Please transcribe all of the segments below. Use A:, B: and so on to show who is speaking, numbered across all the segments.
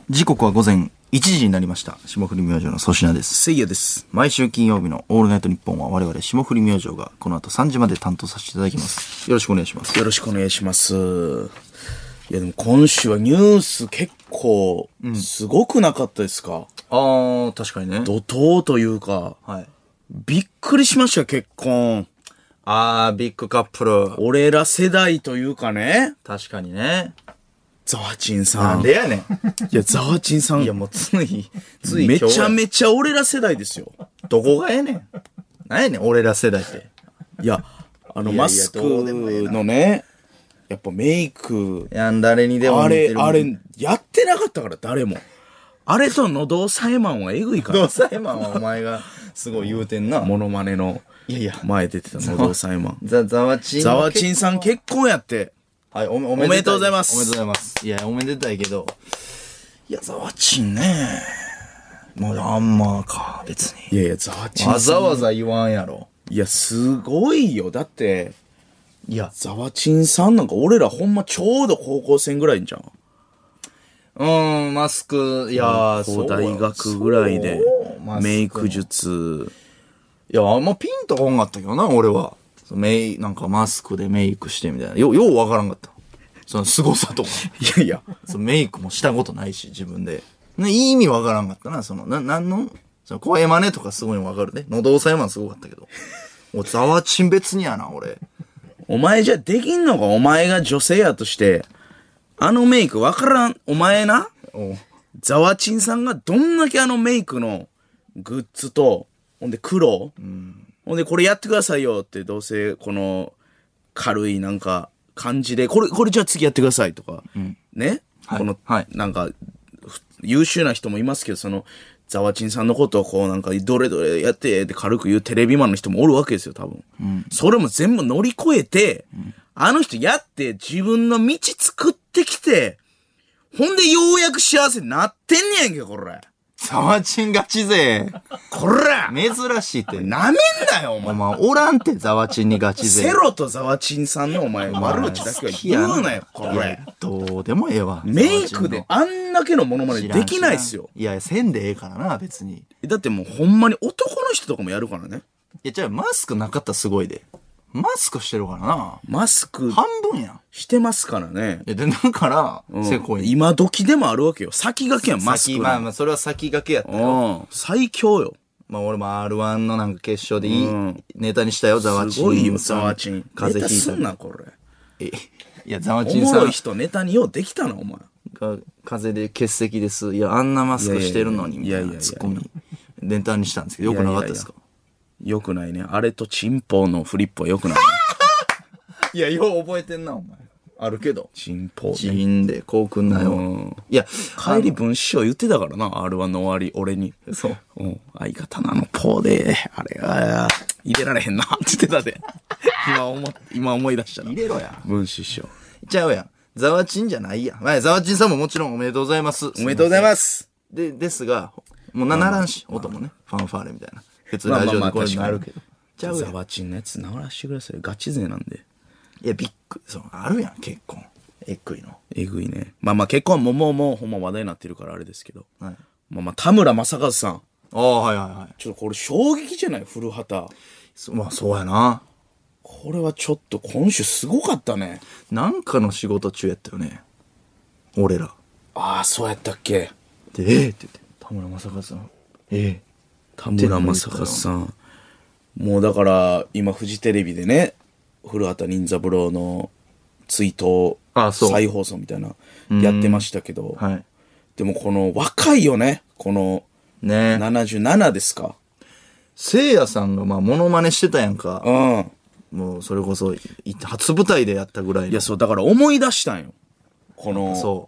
A: 時刻は午前1時になりました。霜降り明星の粗品です。
B: せいやです。
A: 毎週金曜日のオールナイトニッポンは我々霜降り明星がこの後3時まで担当させていただきます。よろしくお願いします。
B: よろしくお願いします。いやでも今週はニュース結構すごくなかったですか？
A: 確かにね。
B: 怒涛というか、
A: はい。
B: びっくりしましたよ、結婚。
A: ビッグカップル。
B: 俺ら世代というかね。
A: 確かにね。
B: ザワチンさん。
A: なんでやねん。
B: いや、ザワチンさん。
A: いやもうつい
B: めちゃめちゃ俺ら世代ですよ。
A: どこがええねん。なんやねん、俺ら世代って。
B: いや、マスクのね、やっぱメイク。
A: いや、誰にでも似てる。
B: あれ、やってなかったから、誰も。あれとのどさえマンはえぐいから。
A: のどさえマンはお前がすごい言うてんな。
B: モノマネの。
A: いやいや。
B: 前出てたのどさえマン。
A: ザワチン。
B: ザワチンさん結婚やって。
A: はい、お
B: めでとうございます。
A: おめでとうございます。いや、おめでたいけど。いや、ザワチンね。もうあんまか、別に。
B: いやいや、ザワチンさん。
A: わざわざ言わんやろ。
B: いや、すごいよ。だって、
A: いや、
B: ザワチンさんなんか俺らほんまちょうど高校生ぐらいんじゃん。
A: マスク、いや
B: そう大学ぐらいで、メイク術。
A: いや、あんまピンとこんかったけどな、俺は。なんかマスクでメイクしてみたいな。ようわからんかった。その凄さとか。
B: いやいや。
A: メイクもしたことないし、自分で。意味わからんかったな、なんの声真似とかすごいわかるね。喉押さえマンすごかったけど。ザワチン別にやな、俺。
B: お前じゃできんのか？お前が女性やとして、あのメイクわからん。お前な。ザワチンさんがどんだけあのメイクのグッズと、ほんで黒、ほんでこれやってくださいよってどうせこの軽いなんか感じで、これじゃあ次やってくださいとか、ね、
A: はい、
B: この、
A: はい、
B: なんか優秀な人もいますけど、ザワチンさんのことをこうなんかどれどれやってって軽く言うテレビマンの人もおるわけですよ、多分。それも全部乗り越えて、あの人やって自分の道作ってきて、ほんでようやく幸せになってんねやんけ、これ。
A: ザワチンガチ勢。
B: こら
A: 珍しいって。
B: なめんなよ、お前。
A: お前、おらんってザワチンにガチ勢。
B: セロとザワチンさんのお前、悪口だけは言うなよ、これ。
A: どうでもええわ。
B: メイクであんだけのモノマネできないっすよ。
A: いや、せんでええからな、別に。
B: だってもうほんまに男の人とかもやるからね。
A: いや、じゃあマスクなかったらすごいで。マスクしてるからな。
B: マスク。
A: 半分やん。
B: してますからね。
A: いや、で、だから、せこい。
B: 今時でもあるわけよ。先駆けやん、マスク。
A: まあ、それは先駆けやったよ。
B: 最強よ。
A: まあ、俺も R1 のなんか決勝でいいネタにしたよ、ザワチン。
B: すごいよ、ザワチン。
A: 風邪ひいた。
B: ネタすんな、これ。
A: いや、ザワチンさん。
B: おもろい人ネタにようできたな、お前。
A: 風邪で欠席です。いや、あんなマスクしてるのに、みたいなツッコミ。ネタにしたんですけど、よくなかったですか？
B: よくないね。あれとチンポのフリップはよくないね。
A: いや、よう覚えてんな、お前。あるけど。
B: チンポね。
A: チンで、こうくんなよ。いや、
B: 帰り分師匠言ってたからな、R1 の終わり、俺に。
A: そう。
B: 相方のポーで、あれは、入れられへんな、って言ってたで。今思い出したら。
A: 入れろや。
B: 分師匠。
A: ちゃうやん。ザワチンじゃないやん。まあ、ザワチンさんももちろんおめでとうございます。
B: おめでとうございます。
A: ですが、もうならんし、音もね、ファンファーレみたいな。普通ラジオでこういうのあるけど。
B: ちゃうやん。ザワチンのやつ直らしてください。ガチ勢なんで。
A: いや、あるやん、結婚。えぐいの。
B: えぐいね。まあ結婚ももうほんま話題になってるからあれですけど。
A: はい。
B: 田村正和さん。
A: はいはいはい。
B: ちょっとこれ衝撃じゃない？古畑。
A: まあそうやな。
B: これはちょっと今週すごかったね。
A: なんかの仕事中やったよね。俺ら。
B: ああ、そうやったっけ。
A: で、って言って、田村正和さん。
B: 田村正和さん。もうだから、今フジテレビでね、古畑任三郎の追悼再放送みたいなやってましたけど、
A: はい。
B: でもこの若いよね、この
A: ね
B: 77ですか。
A: せいやさんがモノマネしてたやんか。
B: うん。
A: もうそれこそ初舞台でやったぐらい。
B: いや、そう、だから思い出したんよ。この、
A: そう。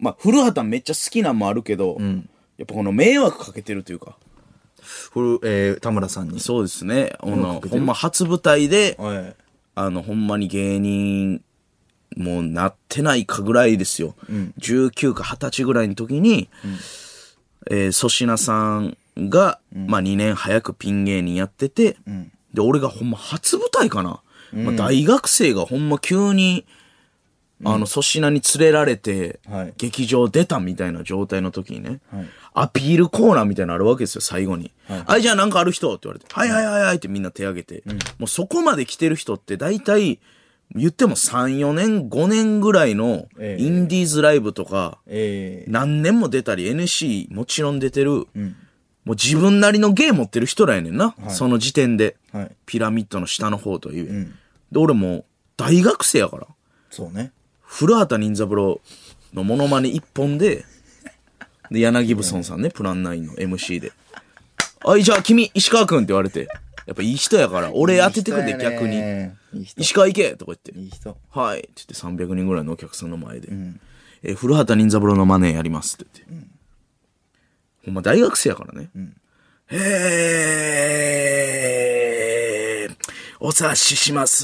B: 古畑めっちゃ好きなんもあるけど、やっぱこの迷惑かけてるというか。
A: 田村さんに。
B: そうですね。ほんま初舞台で、
A: はい。
B: ほんまに芸人、もうなってないかぐらいですよ。19か20歳ぐらいの時に、粗品さんが、2年早くピン芸人やってて、で、俺がほんま初舞台かな。大学生がほんま急に、 粗品に連れられて、
A: はい
B: 劇場出たみたいな状態の時にね、
A: はい
B: アピールコーナーみたいなのあるわけですよ、最後に。はい、じゃあなんかある人って言われて、はいはいはいはいってみんな手挙げて、もうそこまで来てる人って大体、言っても3、4年、5年ぐらいのインディーズライブとか、何年も出たり NC もちろん出てる、もう自分なりの芸持ってる人らやねんな、その時点で、ピラミッドの下の方という。で、俺も大学生やから。
A: そうね。
B: 古畑任三郎のモノマネ一本で、柳ブソンさんね、プラン9の MC で。じゃあ君、石川くんって言われて。やっぱいい人やから、俺当ててくんで逆に。石川行けとか言って。
A: いい人。
B: はい。って言って300人ぐらいのお客さんの前で。古畑任三郎のマネやりますって言って。ほんま大学生やからね。お察しします。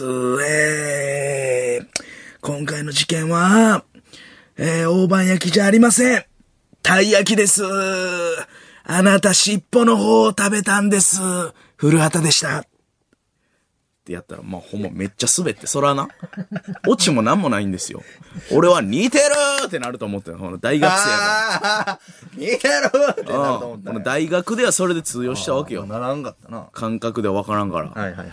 B: 今回の事件は、大判焼きじゃありません。たい焼きです。あなた尻尾の方を食べたんです。古畑でした。ってやったら、まあ、ほんまめっちゃ滑って、そらな。オチもなんもないんですよ。俺は似てるってなると思ったよ。この大学生やか
A: 似てるってなると思った
B: ら。この大学ではそれで通用したわけよ。
A: ならんかったな。
B: 感覚では分からんから。
A: はいはいはい。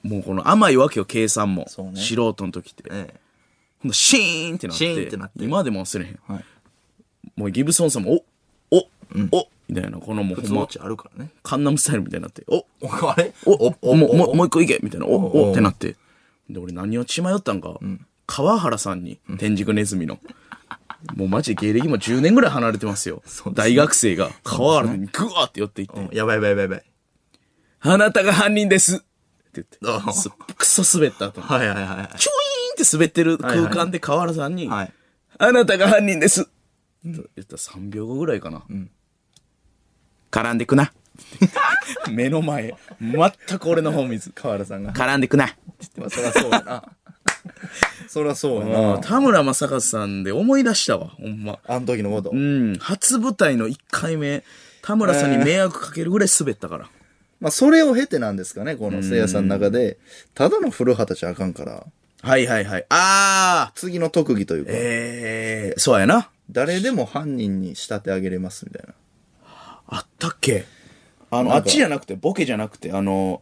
B: もうこの甘いわけよ、計算も。
A: そうね
B: 素人の時って。ほんとシーンってなって。
A: シーンってなって
B: 今でも忘れへん。
A: はい
B: もうギブソンさんも、おみたいな、このもうほんま、
A: あるからね。
B: カンナムスタイルみたいになって、
A: あれ
B: もう一個いけみたいな、ってなって。で、俺何を血迷ったんか、川原さんに、天竺ネズミの。もうマジで芸歴も10年ぐらい離れてますよ。大学生が川原にグワーって寄っていって、
A: やばいやばいやばいやばい。
B: あなたが犯人ですって言って、クソ滑った後。
A: はいはいはい。
B: チュイーンって滑ってる空間で川原さんに、
A: はい。
B: あなたが犯人です言ったら3秒後ぐらいかな。絡んでくな。目の前、全く俺の方見ず。
A: 河原さんが。
B: 絡んでくな。
A: まあ、そりゃそうやな。そりゃそうやな。
B: 田村正和さんで思い出したわ、ほんま。
A: あの時のこと。
B: 初舞台の1回目、田村さんに迷惑かけるぐらい滑ったから。
A: まあ、それを経てなんですかね、このせいやさんの中で。ただの古畑じゃあかんから。
B: はいはいはい。
A: 次の特技というか。
B: そうやな。
A: 誰でも犯人に仕立て上げれますみたいな。
B: あったっけあっちじゃなくて、ボケじゃなくて、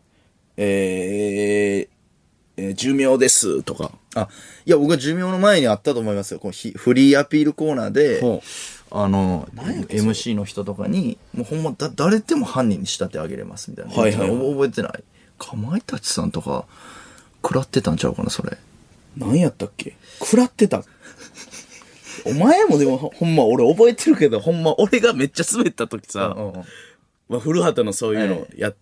B: 寿命ですとか。
A: いや、僕は寿命の前にあったと思いますよ。このフリーアピールコーナーで、MC の人とかに、もうほんま、誰でも犯人に仕立て上げれますみたいな。
B: はいはい。
A: 覚えてない。かまいたちさんとか、食らってたんちゃうかな、それ。
B: 何やったっけ食らってたお前もでもほんま俺覚えてるけど、ほんま俺がめっちゃ滑った時さ、古畑のそういうのやって、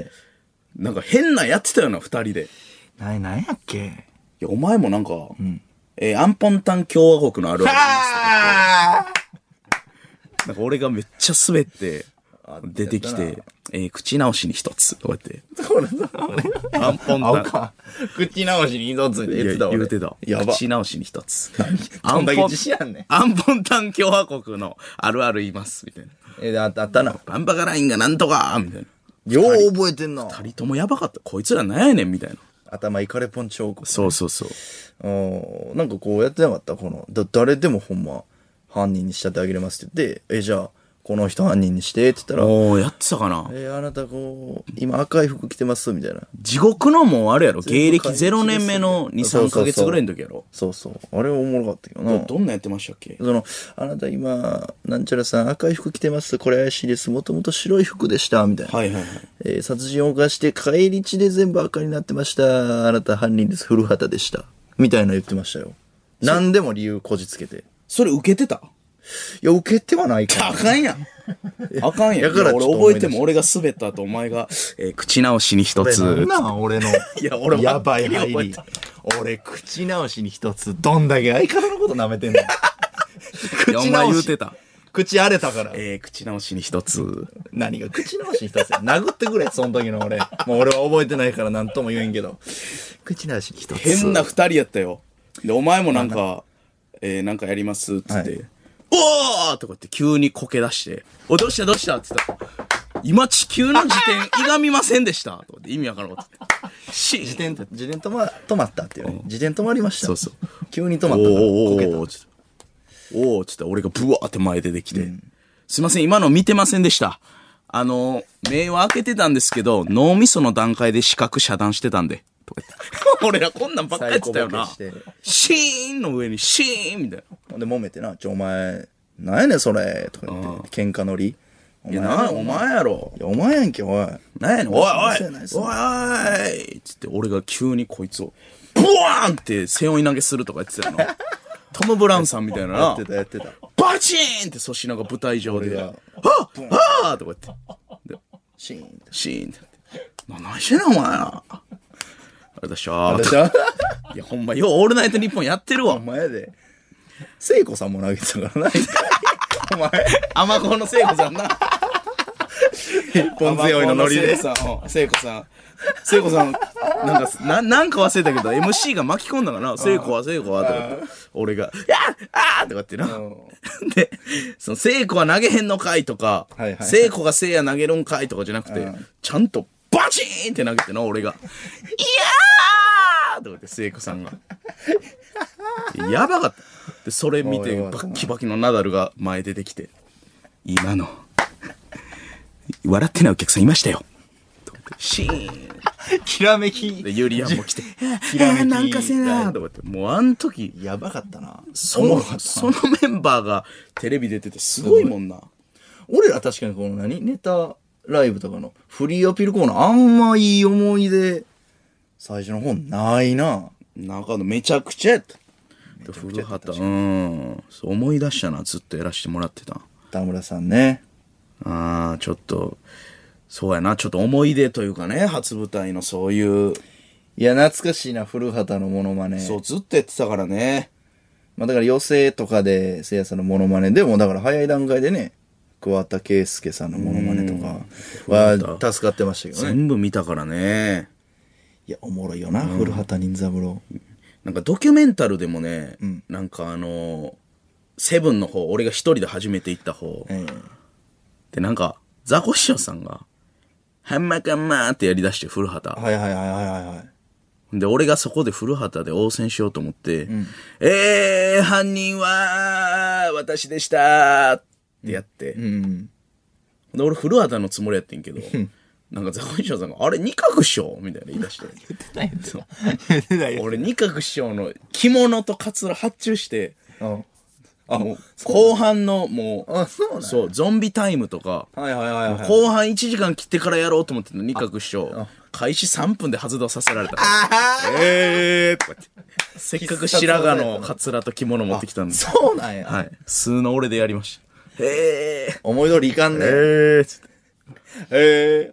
B: なんか変なやってたよな、二人で。
A: 何やっけ
B: いや、お前もなんか、アンポンタン共和国のあるあるなんか俺がめっちゃ滑って、出てきて、口直しに一つ、こうやって。アンポンタン。
A: 口直しに一つって言ってた俺。
B: 言うてた。
A: やば。
B: 口直しに一つ。
A: どんだけ自信あんねん。
B: アンポンタン共和国のあるある言います、みたいな。
A: あったな。
B: バンバカラインがなんとかみたいな。
A: よう覚えてんな。
B: 二人ともやばかった。こいつらなんやねんみたいな。
A: 頭いかれポンチョーク。
B: そうそうそう。
A: なんかこうやってなかったこの、誰でもほんま犯人に仕立てあげれますって言って、じゃあ、この人犯人にしてって言ったら、
B: やってたかな。
A: あなたこう、今赤い服着てますみたいな。
B: 地獄のもうあれやろ、芸歴0年目の2、3ヶ月ぐらいの時やろ。
A: そうそう。あれおもろかったけどな。
B: どんなやってましたっけ？
A: あなた今、なんちゃらさん赤い服着てます。これ怪しいです。もともと白い服でした。みたいな。
B: はいはいはい。
A: 殺人を犯して帰り血で全部赤になってました。あなた犯人です。古畑でした。みたいな言ってましたよ。何でも理由こじつけて。
B: それ受けてた？
A: いや、受けてはないか。
B: あかんやん。あかんやん。俺覚えても俺が滑った後、お前が、口直しに一つ。
A: 俺の。
B: いや、俺
A: やばい入り。俺、口直しに一つ。どんだけ相方のこと舐めてんの
B: 口直し。言うてた。
A: 口荒れたから。
B: 口直しに一つ。
A: 何が口直しに一つや。殴ってくれ、その時の俺。もう俺は覚えてないから何とも言えんけど。口直しに一つ。
B: 変な二人やったよ。で、お前もなんか、なんかやりますっつって。おーとかって急にこけ出して、どうしたどうしたって言ったら、今地球の時点、いがみませんでしたとかって意味わからんこと言って。
A: 自転止まったっていうね。自転止まりました。
B: そうそう。
A: 急に止まったから、こけた。
B: おーつって俺がブワーって前出てきて。すいません、今の見てませんでした。目は開けてたんですけど、脳みその段階で視覚遮断してたんで。とか言って俺らこんなんばっかりやってたよな。シーンの上にシーンみたいな。
A: ほんで揉めてな、お前、なんやねんそれ、とか言って、喧嘩乗り。
B: いや、お前やろ。
A: いや、お前やんけ、おい。
B: なんやねん、おいつって俺が急にこいつを、ブワーンって背負い投げするとか言ってたよな。トム・ブラウンさんみたいなな。
A: やってた。
B: バチーンって粗品が舞台上で、はぁとか言って。で
A: シーン。
B: って。何してんのお前な。あれだしゃー。いや、ほんま、ようオールナイトニッポンやってるわ。
A: お前で。聖子さんも投げてたからな。お前。
B: アマコの聖子さんな。
A: 一本強いのノリで。
B: 聖子さん、なんか忘れたけど、MC が巻き込んだかな。聖子は、とかって。俺が、とか言ってな。で、その聖子は投げへんのかいとか、聖子が聖夜投げるんかいとかじゃなくて、ちゃんとバチーンって投げてな、俺が。いやーとか言って、聖子さんが。やばかった。で、それ見て、バッキバキのナダルが前出てきて、今の、笑ってないお客さんいましたよ。シーン。
A: きらめき。
B: で、ユリアンも来て、きらめき。なんかせなとかって、もうあの時、
A: やばかったな。
B: そのメンバーがテレビ出ててすごいもんな。
A: 俺ら確かにこのネタライブとかのフリーアピールコーナーあんまいい思い出、最初の方ないな。
B: なんかめちゃくちゃやった。古畑、そう思い出したな、ずっとやらせてもらってた。
A: 田村さんね。
B: ちょっと、そうやな、ちょっと思い出というかね、初舞台のそういう。
A: いや、懐かしいな、古畑のモノマネ。
B: そう、ずっとやってたからね。
A: まあだから寄席とかで、せいやさんのモノマネでも、だから早い段階でね、桑田佳祐さんのモノマネとかは助かってましたけどね。
B: 全部見たからね。
A: いや、おもろいよな、古畑任三郎。
B: なんかドキュメンタルでもね、なんかセブンの方、俺が一人で初めて行った方。で、なんか、ザコシショウさんが、ハンマカンマーってやり出して古畑。で、俺がそこで古畑で応戦しようと思って、犯人は、私でしたってやって、で、俺古畑のつもりやってんけど、なんかザコシショウさんが、あれ二角師匠みたいな言い出して。
A: 言ってない
B: 俺二角師匠の着物とカツラ発注して、もう後半のもう、そう、ゾンビタイムとか、後半1時間切ってからやろうと思ってた二角師匠、開始3分で発動させられた。とか言って。せっかく白髪のカツラと着物持ってきたんで。
A: そうなんや。
B: はい。数の俺でやりました。
A: 思い通りいかんね。つって。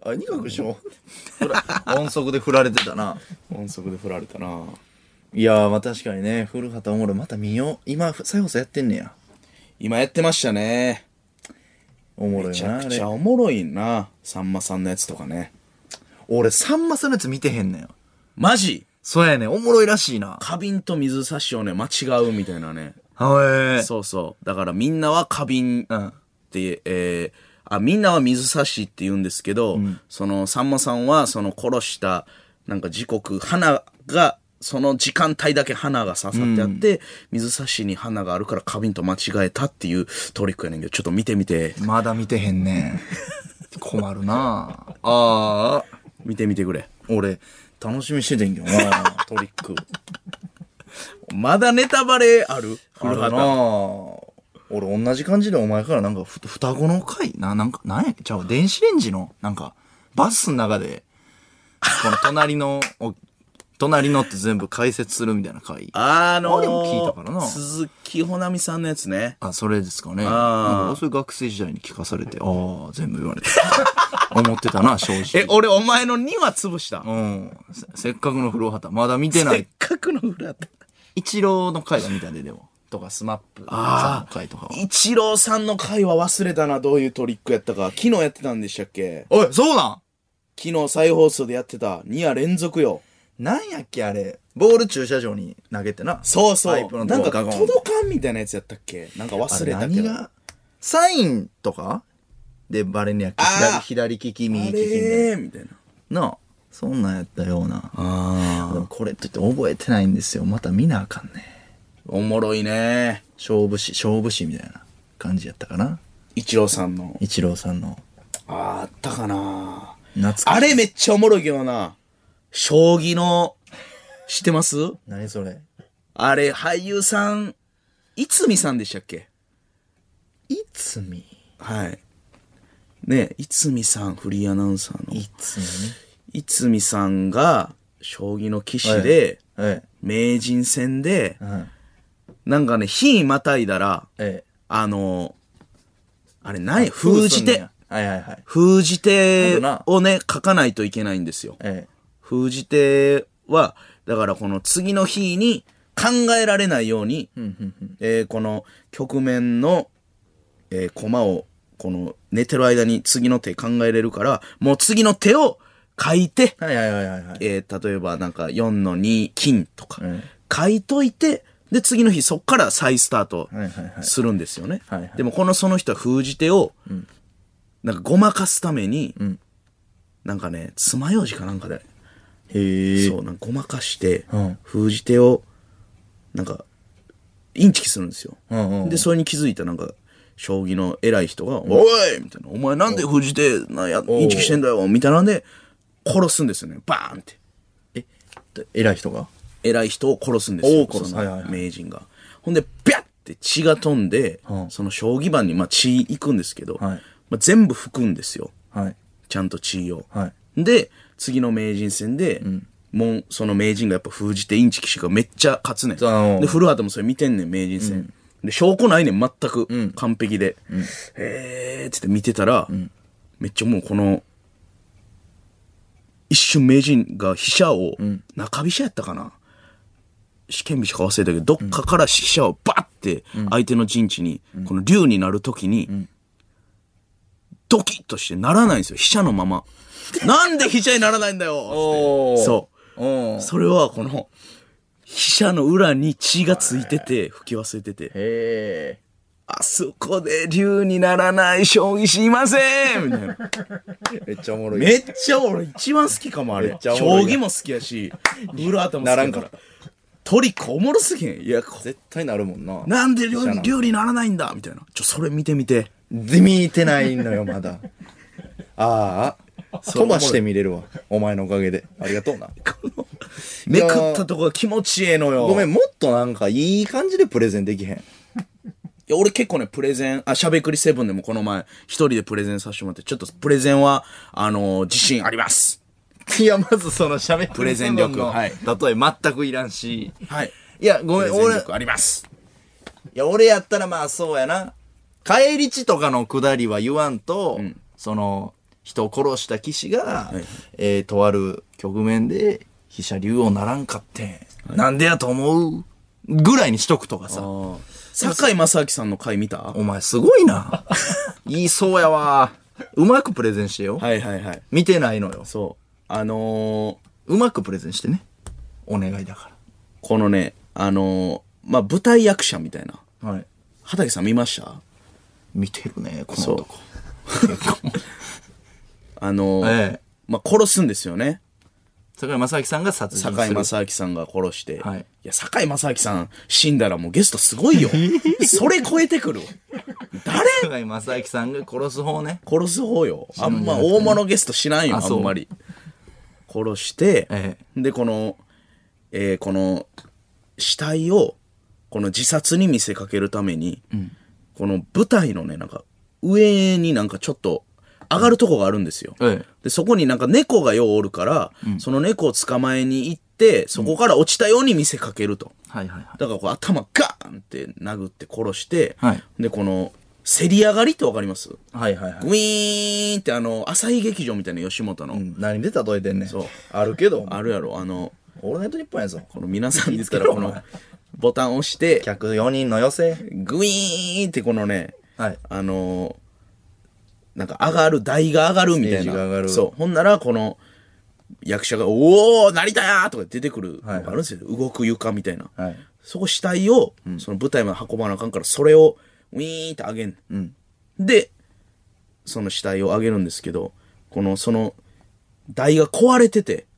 A: 二角師匠音速で振られてたな。
B: 音速で振られたな。
A: いやー、まあ確かにね、古畑おもろい。また見よう。今、再放送やってんねや。
B: 今やってましたね。
A: おもろいな。
B: めちゃくちゃおもろいな。さんまさんのやつとかね。
A: 俺、さんまさんのやつ見てへんねんよ。
B: マジ？
A: そうやねん。おもろいらしいな。
B: 花瓶と水差しをね、間違うみたいなね。そうそう。だからみんなは花瓶って、みんなは水差しって言うんですけど、その、さんまさんは、その殺した、なんか時刻、花が、その時間帯だけ花が刺さってあって、水差しに花があるから花瓶と間違えたっていうトリックやねんけど、ちょっと見てみて。
A: まだ見てへんねん。困るなぁ。
B: 見てみてくれ。
A: 俺、楽しみにしててんけどなトリック。
B: まだネタバレある？
A: 古畑。俺同じ感じでお前からなんか双子の回なんか、なんやっけ？じゃあ電子レンジの、なんか、バスの中で、この隣のって全部解説するみたいな回。あれも聞いたからな。
B: 鈴木ほなみさんのやつね。
A: それですかね。そういう学生時代に聞かされて、全部言われて。思ってたな、正直。
B: 俺お前の2話潰した。
A: せっかくの古畑。まだ見てない。
B: せっかくの古畑。
A: 一郎の回は見たで、でも。とか、スマップさんの回とかは。
B: 一郎さんの回は忘れたな、どういうトリックやったか。昨日やってたんでしたっけ？
A: おい、そうなん？
B: 昨日再放送でやってた。2夜連続よ。
A: なんやっけあれ。ボール駐車場に投げてな。
B: そうそう。なんか届かんみたいなやつやったっけ？なんか忘れたけど。
A: サインとかでバレんねやっけ？左利き、右利き
B: みたいな。
A: なあ。 そんなんやったような。
B: あ
A: でもこれといって覚えてないんですよ。また見なあかんね。
B: おもろいね。
A: 勝負師みたいな感じやったかな。
B: 一郎さんの。
A: 一郎さんの。
B: あったかな。
A: 懐かしい。
B: あれめっちゃおもろいけどな。将棋の、知ってます？
A: 何それ。
B: あれ、俳優さん、いつみさんでしたっけ？
A: いつみ。
B: はい。ね、いつみさん、フリーアナウンサーの。
A: いつみね。
B: いつみさんが、将棋の棋士で、名人戦で、なんかね、日またいだら、あれ何や、封じ手。
A: はいはいはい。
B: 封じ手をね、書かないといけないんですよ。封じ手は、だからこの次の日に考えられないように、この局面の、駒を、この寝てる間に次の手考えれるから、もう次の手を書いて、例えばなんか4の2金とか、書いといて、で次の日そっから再スタートするんですよね。でもその人は封じ手を、なんかごまかすために、なんかね、爪楊枝かなんかで、そう、なんかごまかして、封じ手を、なんか、インチキするんですよ。で、それに気づいたなんか、将棋の偉い人が、おいみたいな、お前なんで封じ手インチキしてんだよみたいなんで、殺すんですよね。バーンって。
A: 偉い人が
B: 偉い人を殺すんですよ。その名人が。ほんで、ビャッって血が飛んで、その将棋盤に、血いくんですけど、全部拭くんですよ。ちゃんと血を。で、次の名人戦で、もうその名人がやっぱ封じてインチキしかめっちゃ勝つねん。で、古畑もそれ見てんねん、名人戦。で、証拠ないねん、全く。完璧で。ってって見てたら、めっちゃもうこの、一瞬名人が飛車を、中飛車やったかな、試験飛車か忘れたけど、どっかから飛車をバッて相手の陣地に、この竜になるときに、ドキッとしてならないんですよ、飛車のまま。なんで飛車にならないんだよって。そう。それはこの、飛車の裏に血がついてて、吹き忘れてて。あそこで竜にならない将棋しませんみたいな。
A: めっちゃおもろい。
B: めっちゃ俺一番好きかも、あれ。将棋も好きやし、裏頭も好きやから。トリックおもろすぎへん。いや、
A: 絶対なるもんな。
B: なんで竜にならないんだみたいな。それ見てみて。
A: 見てないのよ、まだ。ああ。飛ばして見れるわ。お前のおかげで。ありがとうな。
B: めくったとこが気持ちええのよ。
A: ごめん、もっとなんかいい感じでプレゼンできへん。い
B: や、俺結構ね、プレゼン、しゃべくり7でもこの前、一人でプレゼンさせてもらって、ちょっとプレゼンは、自信あります。
A: いや、まずそのしゃべくり
B: プレゼン力。はい。
A: 例え全くいらんし。
B: はい。
A: いや、ごめん、俺。
B: あります。
A: いや、俺やったらまあそうやな。返り血とかのくだりは言わんと、その、人を殺した騎士が、とある局面で、飛車竜王ならんかって、なんでやと思うぐらいにしとくとかさ。
B: 堺正明さんの回見た？
A: お前すごいな。言いそうやわ。うまくプレゼンしてよ。
B: はいはいはい。
A: 見てないのよ。
B: そう。
A: うまくプレゼンしてね。お願いだから。
B: このね、舞台役者みたいな。
A: はい。
B: 畑さん見ました？
A: 見てるね、この男。
B: 殺すんですよね。
A: 堺正明さんが殺人する。
B: 堺正明さんが殺して。
A: はい。
B: いや、堺正明さん死んだらもうゲストすごいよ。それ超えてくる。誰？
A: 堺正明さんが殺す方ね。
B: 殺す方よ。あんま大物ゲストしないよ、あんまり。殺して、で、この死体を、この自殺に見せかけるために、この舞台のね、なんか、上になんかちょっと、上がるとこがあるんですよ。で、そこになんか猫がようおるから、その猫を捕まえに行って、そこから落ちたように見せかけると。だからこう頭ガーンって殴って殺して、で、この、せり上がりってわかります？グイーンって朝日劇場みたいな吉本の。
A: 何で例えてんねん。
B: そう。
A: あるけど。
B: あるやろ。
A: オールナイトニッポンやぞ。
B: この皆さんで言ったらこの、ボタン押して、
A: 客4人の寄せ。
B: グイーンってこのね、なんか上がる、台が上がるみたいな。そう。ほんなら、この、役者が、おー、成田やーとか出てくるのがあるんですよ。動く床みたいな。そこ死体を、その舞台まで運ばなあかんから、それを、ウィーンって上げん。で、その死体を上げるんですけど、その、台が壊れてて、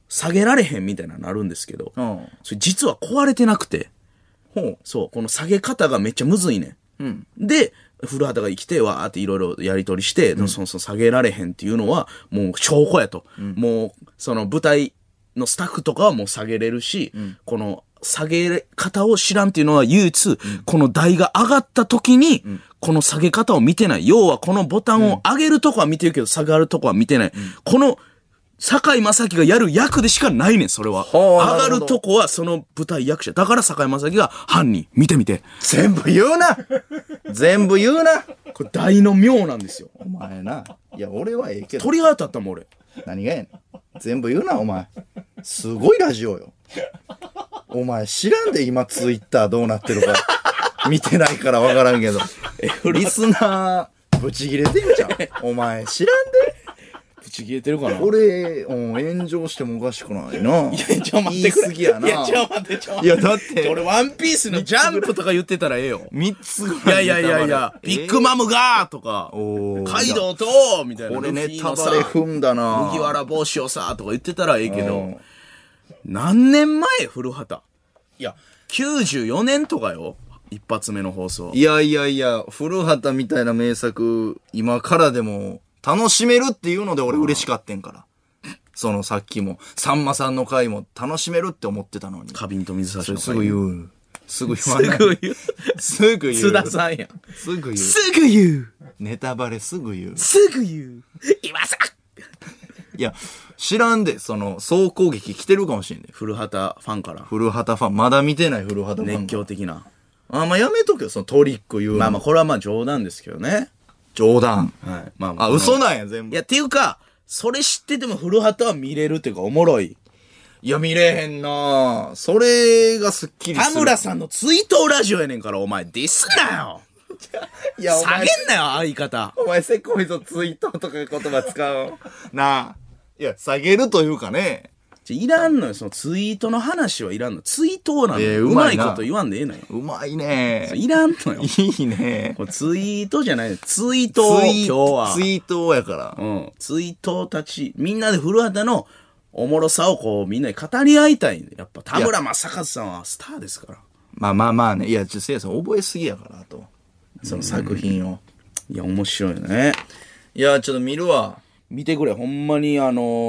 B: 下げられへんみたいなのなるんですけど、それ実は壊れてなくて、そう、この下げ方がめっちゃむずいねん。で、古畑が生きて、わーっていろいろやり取りして、その下げられへんっていうのは、もう証拠やと。もう、その舞台のスタッフとかはもう下げれるし、この下げ方を知らんっていうのは唯一、この台が上がった時に、この下げ方を見てない。要はこのボタンを上げるとこは見てるけど、下がるとこは見てない。この、堺正樹がやる役でしかないねん、それは。上がるとこはその舞台役者。だから堺正樹が犯人。見てみて。
A: 全部言うな全部言うな
B: これ大の妙なんですよ。
A: お前な。いや、俺はええけど。
B: 鳥が当たったもん、俺。
A: 何がやねん。全部言うな、お前。すごいラジオよ。お前知らんで今ツイッターどうなってるか。見てないからわからんけど。リスナー、ブチ切れてんじゃん。お前知らんで
B: ブチ切れてるかな。
A: 俺、炎上してもおかしくないな。
B: いや、ちょ、待ってくれ。
A: 言い過ぎやな。
B: いや、ちょ、待って、ちょ。
A: いや、だって。
B: 俺、ワンピースのジャンプとか言ってたらええよ。
A: 3つぐらい。
B: いや、ビッグマムがとか、カイドウと、みたいな。
A: 俺ネタバレ踏んだな。
B: 麦わら帽子をさ、とか言ってたらええけど、何年前、古畑。いや、94年とかよ。一発目の放送。
A: いや、古畑みたいな名作、今からでも楽しめるっていうので俺嬉しかってんから。そのさっきも、さんまさんの回も楽しめるって思ってたのに。
B: 花瓶と水差しの回。
A: すぐ言う。すぐ言わない。
B: すぐ言う。
A: すぐ言う。
B: 津田さんやん。
A: すぐ言う。
B: すぐ言う。
A: ネタバレすぐ言う。
B: すぐ言う。今さ
A: いや、知らんで、その、総攻撃来てるかもしれんで。
B: 古畑ファンから。
A: 古畑ファン、まだ見てない古畑ファン。
B: 熱狂的な。
A: まあやめとけよ、そのトリック言うの。
B: まあこれはまあ冗談ですけどね。
A: 冗談。
B: はい。まあ
A: 嘘なんや、全部。
B: いや、っていうか、それ知ってても古畑は見れるっていうかおもろい。
A: いや、見れへんなそれがスッキリする。
B: 田村さんの追悼ラジオやねんから、お前、ディスなよ。いや、下げんなよ、相方。
A: お前、せこいぞ、ツイートとか言葉使う。なあ。いや、下げるというかね。
B: いらんのよ、そのツイートの話はいらんの。ツイートなのよ。うまいこと言わんでええのよ。
A: うまいね。
B: いらんのよ。
A: いいね。
B: これツイートじゃないツイート今日は。
A: ツイートやから。
B: うん。ツイートたち、みんなで古畑のおもろさをこう、みんなに語り合いたいんで。やっぱ田村正和さんはスターですから。
A: まあね。いや、せいやさん覚えすぎやから、あと。その作品を。
B: いや、面白いよね。
A: いや、ちょっと見るわ。
B: 見てくれ。ほんまに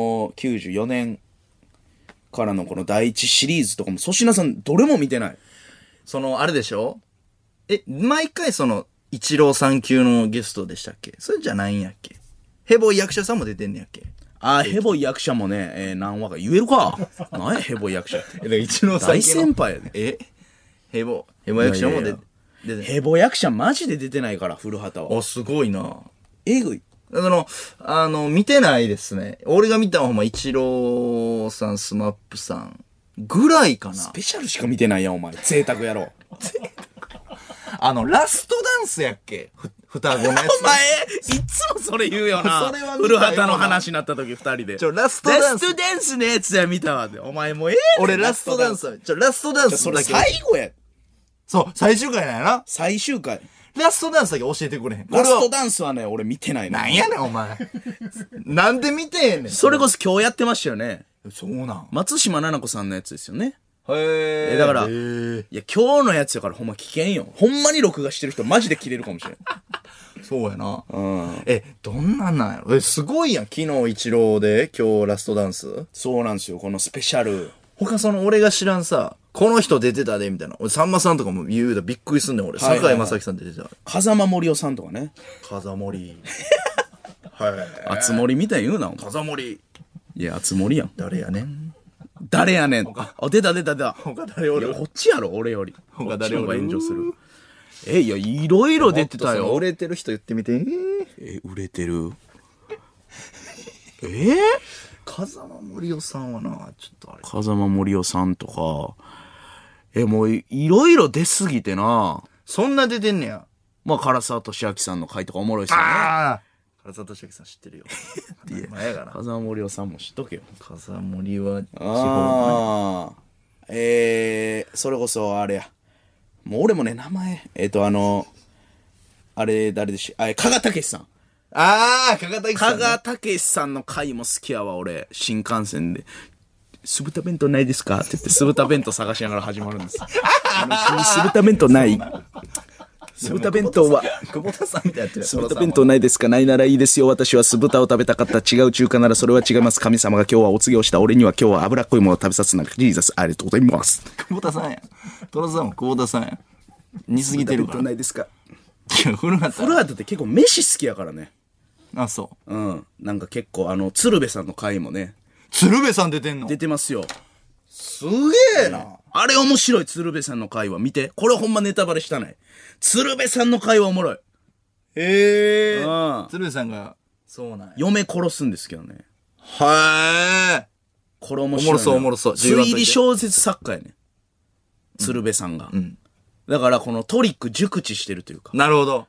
B: 94年からのこの第一シリーズとかも、粗品さんどれも見てない。
A: その、あれでしょ毎回その、一郎さん級のゲストでしたっけそれじゃないんやっけヘボ役者さんも出てんねやっけ
B: ヘボ役者もね、何話か言えるか。何や、ヘボ役者って。
A: 一郎さん
B: 大先輩やね。
A: ヘボ役者も出て
B: ヘボ役者マジで出てないから、古畑は。
A: すごいな。
B: えぐい。
A: 見てないですね。俺が見たのはほんま、一郎さん、スマップさんぐらいかな。
B: スペシャルしか見てないやん、お前。贅沢やろ。
A: ラストダンスやっけ双子のやつ。
B: お前、いつもそれ言うよな。
A: それは
B: 古畑の話になった時、二人で。
A: ラストダンス。
B: ラストダンスのやつや見たわ。お前もう
A: 俺ラストダンス。ラストダンス
B: それ最後や。
A: そう、最終回なんやな。
B: 最終回。
A: ラストダンスだけ教えてくれへん。
B: ラストダンスはね、俺見てない
A: なんやねん、お前。なんで見てんねん。
B: それこそ今日やってましたよね。
A: そうなん。
B: 松島菜々子さんのやつですよね。
A: へ
B: だから、いや、今日のやつやからほんま危険よ。ほんまに録画してる人マジで切れるかもしれん。
A: そうやな。
B: うん。
A: どんなんなんやろすごいやん。昨日一郎で、今日ラストダンス。
B: そうなんですよ、このスペシャル。
A: 他俺が知らんさ、この人出てたで、みたいな。俺、さんまさんとかも言うたびっくりすんねん、俺。堺正樹さん出てた。
B: 風間森夫さんとかね。
A: 風森。はい。
B: あつ森みたいに言うな、お前。
A: 風森。
B: いや、あつ森やん。
A: 誰やねん。
B: 誰やねん。出た。
A: 他誰おる。
B: こっちやろ、俺より。
A: 他誰おる。
B: こっちの方が炎上する。いや、いろいろ出てたよ。
A: 売れてる人言ってみて。
B: 売れてる。
A: 風間森夫さんはな、ちょっとあれ。
B: 風間森夫さんとか、もういろいろ出すぎてな。
A: そんな出てんねや。
B: まあ、唐沢俊明さんの回とかおもろいっすよね。
A: 唐沢俊明さん知ってるよ。
B: 前がな。風間森夫さんも知っとけよ。
A: 風間森は地方
B: それこそあれや。もう俺もね、名前、あれ誰でしょ。加賀武さん。
A: 加賀武さん。
B: 加賀武さんの回も好きやわ、俺。新幹線で。 酢豚弁当ないですかって言って、酢豚弁当探しながら始まるんです。君酢豚弁当ない酢豚弁当は、
A: 久保田さんみたいなやつ
B: 酢豚弁当ないですかないならいいですよ。私は酢豚を食べたかった。違う中華ならそれは違います。神様が今日はお告げをした。俺には今日は脂っこいものを食べさせなくて、ジーザス、ありがとうございます。
A: 久保田さんや。トラさんも久保田さんや。似すぎてるから。
B: 弁当ないですか
A: いや、古畑
B: って結構飯好きやからね。
A: あ、そ
B: うん。なんか結構鶴瓶さんの回もね。
A: 鶴瓶さん出てんの？
B: 出てますよ。
A: すげえな。
B: あれ面白い、鶴瓶さんの回は。見て。これほんまネタバレしたない。鶴瓶さんの回はおもろい。
A: へえ。
B: うん
A: 鶴瓶さんが、そうなんや。
B: 嫁殺すんですけどね。
A: は
B: これ面白いな。
A: おもろそう。
B: 推理小説作家やね。鶴瓶さんが。
A: ん
B: だからこのトリック熟知してるというか。
A: なるほど。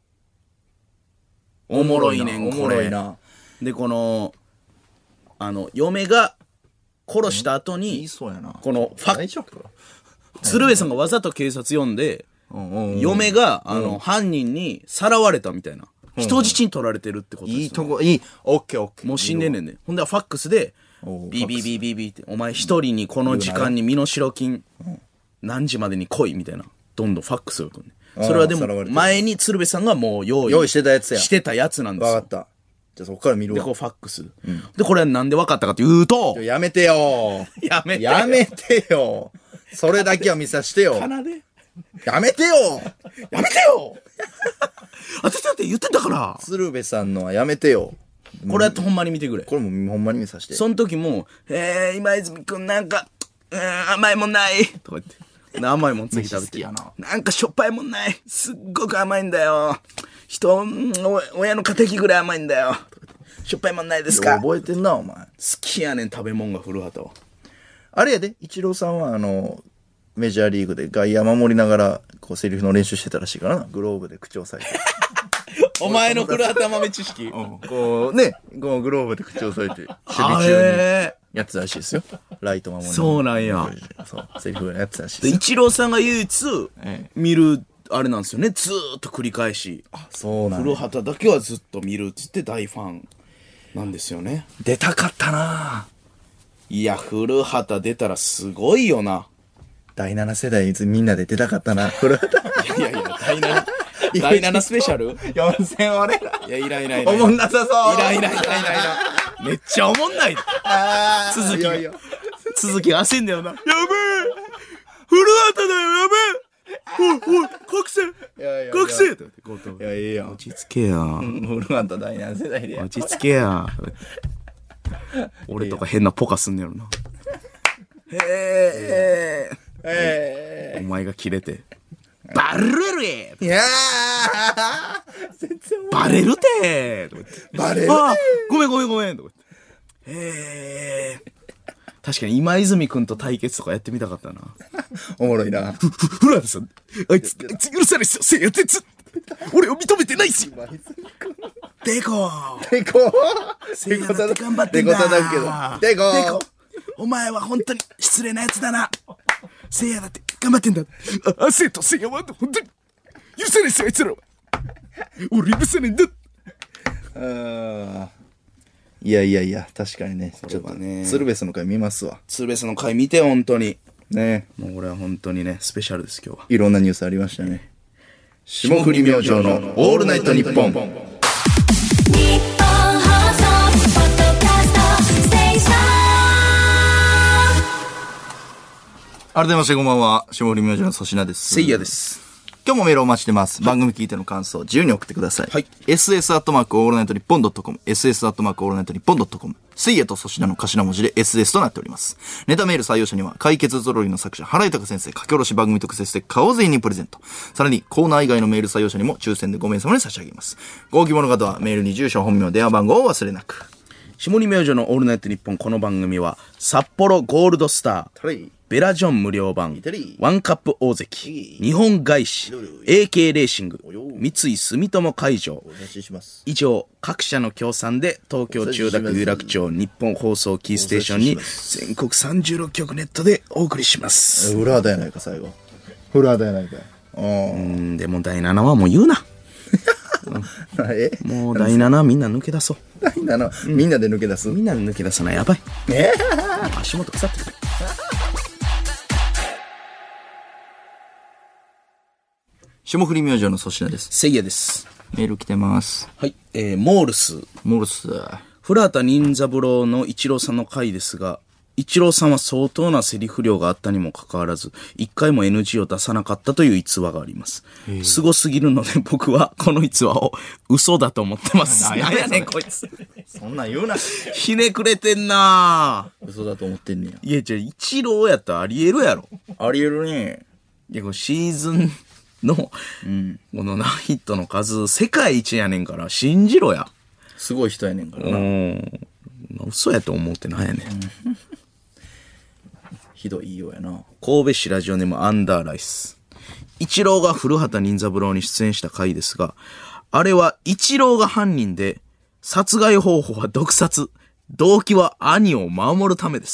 B: そう。おもろいねん、
A: おも
B: これ。
A: ろいな。
B: で、この、嫁が殺した後
A: 言い
B: に、
A: そうやな。
B: この
A: 大丈夫か
B: 鶴瓶さんがわざと警察呼んで、嫁が、犯人にさらわれたみたいな。人質に取られてるってことですよ。
A: いいとこ、いい。オッケーオッケー。
B: もう死んでんねんね。ほんではファックスで、ビビビビビって、お前一人にこの時間に身代金、何時までに来いみたいな。どんどんファックスが来るね。それはでも、前に鶴瓶さんがもう用意
A: してたやつや。
B: してたやつなんですよ。
A: わかった。じゃあそこから見る
B: で、
A: わ。
B: こうファックス。で、これはなんで分かったかというと、
A: やめてよ。
B: やめてよ。
A: やめてよ。それだけは見さしてよ。
B: かなで
A: やめてよ。
B: やめてよ当てたって言ってたから。
A: 鶴瓶さんのはやめてよ。
B: これやってほんまに見てくれ。
A: これもほんまに見さして。
B: その時も、今泉くんなんか、甘いもんないとか言って。で甘いもん次食べて。
A: 好きやな。
B: なんかしょっぱいもんない。すっごく甘いんだよ。親の敵ぐらい甘いんだよ。しょっぱいもんないですか？
A: 覚えてんな、お前。
B: 好きやねん、食べ物が古畑は。
A: あれやで、イチローさんはメジャーリーグで外野守りながら、こう、セリフの練習してたらしいからな。グローブで口を押さえて。
B: お前の古畑豆知識。
A: こうね、こうグローブで口を押さえて、守備中にやってたらしいですよ。ライト守り。
B: そうなんや。
A: そう、セリフやってたらしい
B: で、
A: ですよ。
B: イチローさんが唯一見る、あれなんですよね。ずーっと繰り返し。
A: そうなん
B: 古畑だけはずっと見るっつって大ファンなんですよね。
A: 出たかったない
B: や、古畑出たらすごいよな。
A: 第7世代みんなで出たかったな。古畑。
B: いやいや、第7スペシャル
A: 4000俺ら。
B: いや、いらん。
A: おもんなさそう。
B: いらん。めっちゃおもんない。続きが。続きが焦んだよな。やべえ古畑だよ、やべえおい、覚醒覚醒
A: いや、いいやん。
B: 落ち着けや。
A: 古畑第7世代でや。
B: 落ち着けや。俺とか変なポカすんねやろな。お前がキレて。バレるえ
A: いや
B: バレるて
A: バレる
B: ごめんとか言って。確かに今泉くんと対決とかやってみたかったな。
A: おもろいな。
B: 古畑さん、あいつ許さないっすよ、せいや鉄。俺を認めてないっすよ。でこせいやだって頑張ってんだ。
A: でこ
B: お前は本当に失礼なやつだな。せいやだって頑張ってんだ。せいやは本当に許さないっすよ、あいつらは。俺許さないんだ。
A: いや、確かにね。ちょっとね。鶴瓶さんの回見ますわ。
B: 鶴瓶さんの回見て、本当に。
A: ね。
B: もう俺は本当にね、スペシャルです、今日は。
A: いろんなニュースありましたね。霜降り明星のオールナイトニッポン。改めましてこんばんは。霜降り明星の粗品です。
B: せいやです。
A: 今日もメールをお待ちしてます。番組聞いての感想、自由に送ってください。
B: はい。
A: ss アットマークオールナイトニッポンドットコム、ss アットマークオールナイトニッポンドットコム。せいやと粗品の頭文字で ss となっております。ネタメール採用者には、解決ぞろりの作者、原豊先生、書き下ろし番組特設ステッカーを全員にプレゼント。さらに、コーナー以外のメール採用者にも抽選で5名様に差し上げます。ご希望の方は、メールに住所、本名、電話番号を忘れなく。
B: 霜降り明星のオールナイトニッポン、この番組は、札幌ゴールドスター、ベラジョン無料版、ワンカップ大関、日本外資、AK レーシング、三井住友海上、以上、各社の協賛で、東京千代田区有楽町日本放送キーステーションに、全国36局ネットでお送りします。
A: 古畑やないか、最後。古畑やないか。
B: でも第7話も言うな。 もう第7みんな抜け出そう。
A: みんなで抜け出す。
B: みんなで抜け出すな、やばい。足元腐ってくる。
A: 霜降り明星の粗品です。
B: せいやです。
A: メール来てます。
B: はい。モールス。古畑任三郎の一郎さんの回ですが、一郎さんは相当なセリフ量があったにもかかわらず、一回も NG を出さなかったという逸話があります。すごすぎるので僕はこの逸話を嘘だと思ってます。
A: なんやねんこいつ。そんなん言うな。
B: ひねくれてんなぁ。
A: 嘘だと思ってんねや。
B: いや、じゃあ一郎やったらありえるやろ。
A: ありえるね。
B: いや、このシーズンの、このナヒットの数、世界一やねんから、信じろや。
A: すごい人やねんからな。
B: 嘘やと思うってなんやねん。
A: ひどい言いようやな。
B: 神戸市ラジオネームアンダーライス。一郎が古畑任三郎に出演した回ですが、あれは一郎が犯人で、殺害方法は毒殺、動機は兄を守るためです。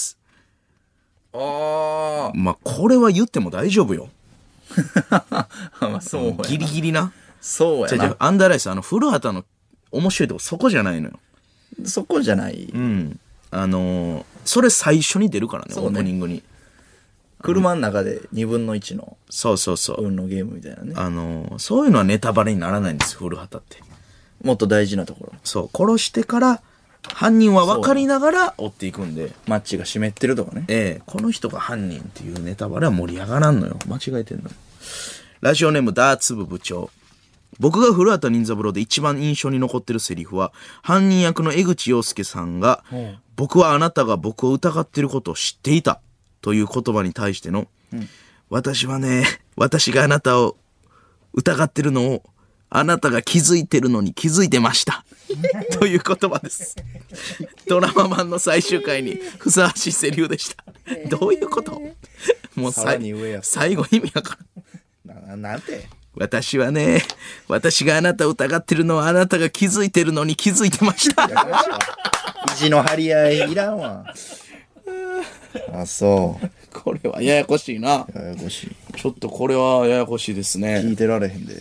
A: あ
B: まあ、これは言っても大丈夫よ。
A: まあそうやな。
B: ギリギリな。
A: そうやな。
B: アンダーライス、古畑の面白いとこそこじゃないのよ。
A: そこじゃない。
B: それ最初に出るからね、
A: そうね
B: オープニングに。
A: 車の中で2分の1の
B: そう。
A: 運のゲームみたいなね。
B: そういうのはネタバレにならないんですよ、古畑って。
A: もっと大事なところ。
B: そう、殺してから、犯人は分かりながら追っていくんで。
A: マッチが湿ってるとかね。
B: この人が犯人っていうネタバレは盛り上がらんのよ。間違えてんのよ。ラジオネームダーツ部部長。僕が古畑任三郎で一番印象に残ってるセリフは、犯人役の江口洋介さんが、僕はあなたが僕を疑っていることを知っていたという言葉に対しての、私はね、私があなたを疑ってるのを、あなたが気づいてるのに気づいてました。という言葉です。ドラマ版の最終回にふさわしいセリフでした。どういうこともう最後意味わからん。
A: なんて
B: 私はね、私があなたを疑ってるのはあなたが気づいてるのに気づいてました。
A: 意地の張り合いいらんわ。あ、そう。
B: これはややこしいな。
A: ややこしい。
B: ちょっとこれはややこしいですね。
A: 聞いてられへんで。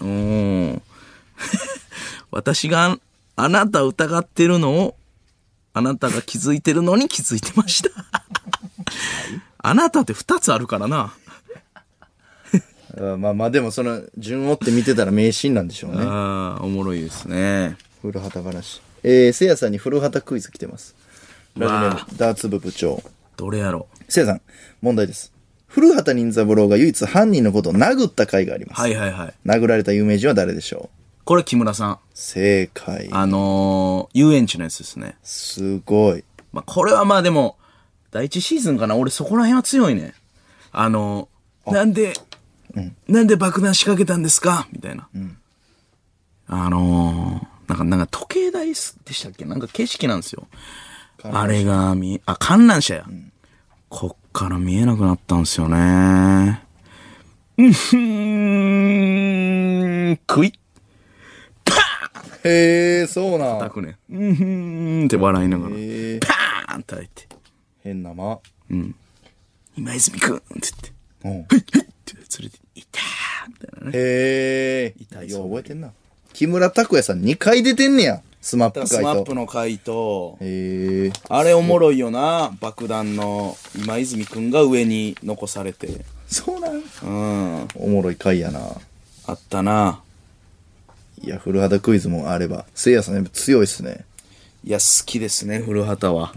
B: 私があなたを疑ってるのを、あなたが気づいてるのに気づいてました。あなたって2つあるからな。
A: まあでもその順を追って見てたら名シーンなんでしょうね。
B: おもろいですね。
A: 古畑話。せいやさんに古畑クイズ来てます。ラジオネームダーツ部部長。
B: どれやろ。
A: せいやさん、問題です。古畑任三郎が唯一犯人のことを殴った回があります。
B: はい。
A: 殴られた有名人は誰でしょう？
B: これ木村さん。
A: 正解。
B: 遊園地のやつですね。
A: すごい。
B: まあ、これはまあでも、第一シーズンかな。俺そこら辺は強いね。なんで爆弾仕掛けたんですかみたいな。なんか時計台でしたっけ？なんか景色なんですよ。あれが観覧車や。こっから見えなくなったんですよね。クイッパーン
A: へえ、そうなん。
B: 叩くね。って笑いながら。パーンって開いて。
A: 変な間。
B: 今泉くんって言って。
A: うん。
B: はいって連れて、いたーみたいなね。
A: へえ。
B: 痛い
A: よう覚えてんな。木村拓哉さん2回出てんねや。スマップ回と。
B: スマップの回と。
A: へえ。
B: あれおもろいよな。爆弾の今泉くんが上に残されて。
A: そうなん。
B: うん。
A: おもろい回やな。
B: あったな。
A: いや、古畑クイズもあれば。せいやさんやっぱ強いっすね。
B: いや、好きですね、古畑は。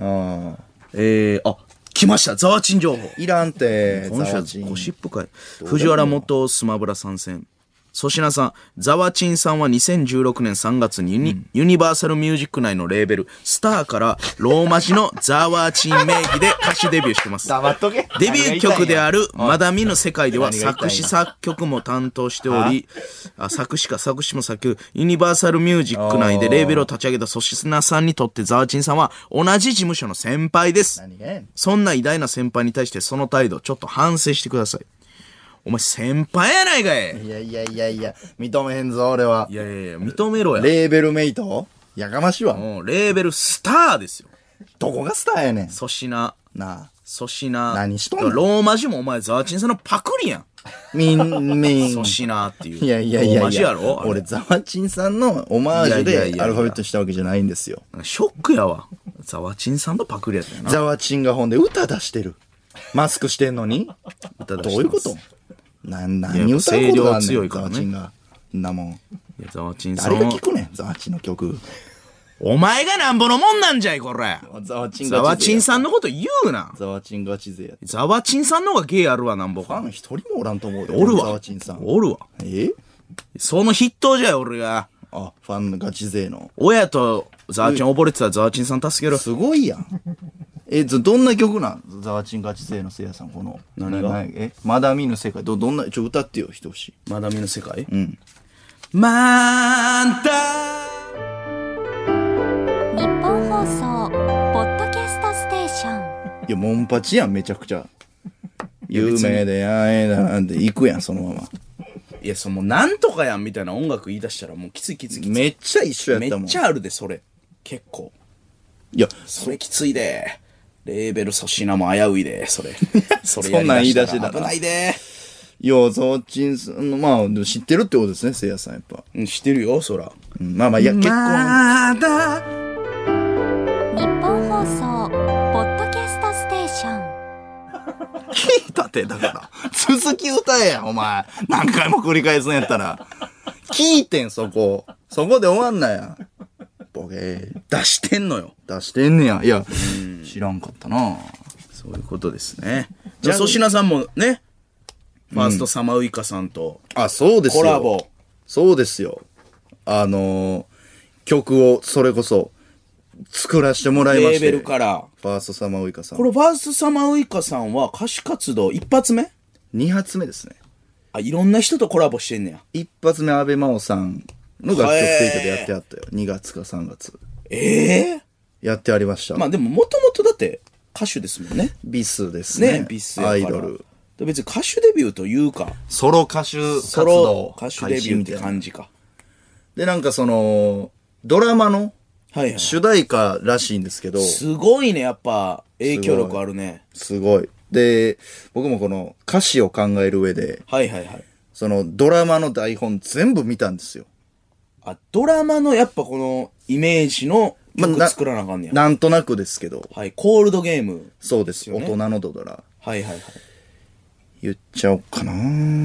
B: 来ました、ザワチン情報。
A: いらんて、
B: 今週はゴシップ会。藤原元スマブラ参戦。粗品さん、ザワチンさんは2016年3月にユニバーサルミュージック内のレーベル、スターからローマ字のザワチン名義で歌手デビューしてます。
A: 黙っとけ。
B: デビュー曲であるまだ見ぬ世界では作詞作曲も担当しており、作詞も作曲、ユニバーサルミュージック内でレーベルを立ち上げた粗品さんにとってザワチンさんは同じ事務所の先輩です。
A: 何がやねん。
B: そんな偉大な先輩に対してその態度ちょっと反省してください。お前先輩やないかい。
A: いや、認めへんぞ、俺は。
B: いや、認めろや。
A: レーベルメイトやかましいわ。
B: レーベルスターですよ。
A: どこがスターやねん。
B: 粗品。
A: なあ。
B: 粗品。
A: 何しとんの？
B: ローマ字もお前ザワチンさんのパクリやん。
A: ミン。
B: 粗品っていう。
A: いやいやいや
B: 大マジ
A: いや
B: やろ
A: 俺、ザワチンさんのオマージュ
B: いやいやいやいや
A: でアルファベットしたわけじゃないんですよ。
B: ショックやわ。ザワチンさんのパクリやったよな。
A: ザワチンがほんで歌出してる。マスクしてんのに
B: 歌出
A: ど
B: してます
A: ういうこと何歌うことがあんねん、
B: 声量強い
A: ザ
B: からね
A: ワチンが。んなもん。
B: いやザワチンさん
A: 誰が聞くねん、ザワチンの曲。
B: お前がなんぼのもんなんじゃい、これ。
A: ザワチン
B: ザワチンさん
A: の。
B: のこと言うな。
A: ザワチンガチ勢や。
B: ザワチンさんの方がゲーあるわ、なんぼか。
A: ファン一人もおらんと思うで。
B: おるわ。
A: ザワチンさん。
B: おるわ。その筆頭じゃい、俺が。
A: あ、ファンガチ勢の。
B: 親とザワチン溺れてたらザワチンさん助けろ。
A: すごいやん。どんな曲なんザワチンガチ勢のせいやさん、この。
B: 何が
A: まだ見ぬ世界。どんな、歌ってよ、ひとし。
B: まだ見ぬ世界
A: うん。
B: まだ。
C: 日本放送ポッドキャストステーション。
A: いや、モンパチやん、めちゃくちゃ。有名でやえだなんて行くやん、そのまま。
B: いや、もうなんとかやんみたいな音楽言い出したらもうきついきついきつい。
A: めっちゃ一緒やったもん。
B: めっちゃあるで、それ。結構。
A: いや、
B: それきついで。レーベル粗品も危ういで、それ。そ
A: そんなん言い出してたら
B: 危ないで。
A: いや、ザワチンさんの、まあ、でも知ってるってことですね、せいやさん、やっぱ。
B: うん、知ってるよ、そら。
A: うんまあまあ、いや、結婚。
B: まだ。
C: 日本放送ポッドキャストステーション。
A: 聞いたって、だから。続き歌えや、お前。何回も繰り返すんやったら。聞いてん、そこ。そこで終わんなや。ボケー。
B: 出してんのよ。
A: 出してんねや。いや、知らんかったな。
B: そういうことですね。じゃあ、粗品さんもね、ファーストサマーウイカさんと
A: あ、そうですよ。
B: コラボ。
A: そうですよ。曲を、それこそ、作らせてもらいまして。
B: レーベルから。
A: ファーストサマーウイカさん。
B: これ、ファーストサマーウイカさんは歌手活動一発目
A: 2発目ですね。
B: あ、いろんな人とコラボしてんねや。
A: 一発目、安倍真央さんの楽曲提供でやってあったよ。2月か3月。やってありました。
B: まあでも、もともとだって歌手ですもんね。
A: ビスですね。
B: ね、ビスやから。
A: アイドル。
B: で別に歌手デビューというか、
A: ソロ歌手活
B: ソ
A: 動
B: ロ。歌手デビューって感じか。
A: で、なんかその、ドラマの
B: はいはい。
A: 主題歌らしいんですけど、
B: すごいね、やっぱ、影響力あるね。
A: すごい。で、僕もこの歌詞を考える上で、
B: はいはいはい。
A: そのドラマの台本全部見たんですよ。
B: あ、ドラマのやっぱこのイメージの曲
A: まあ
B: 作らなあかんねや。
A: なんとなくですけど、
B: はい、コールドゲーム。
A: そうです。
B: よね
A: 大人のドドラ。
B: はいはいはい。
A: 言っちゃおうかな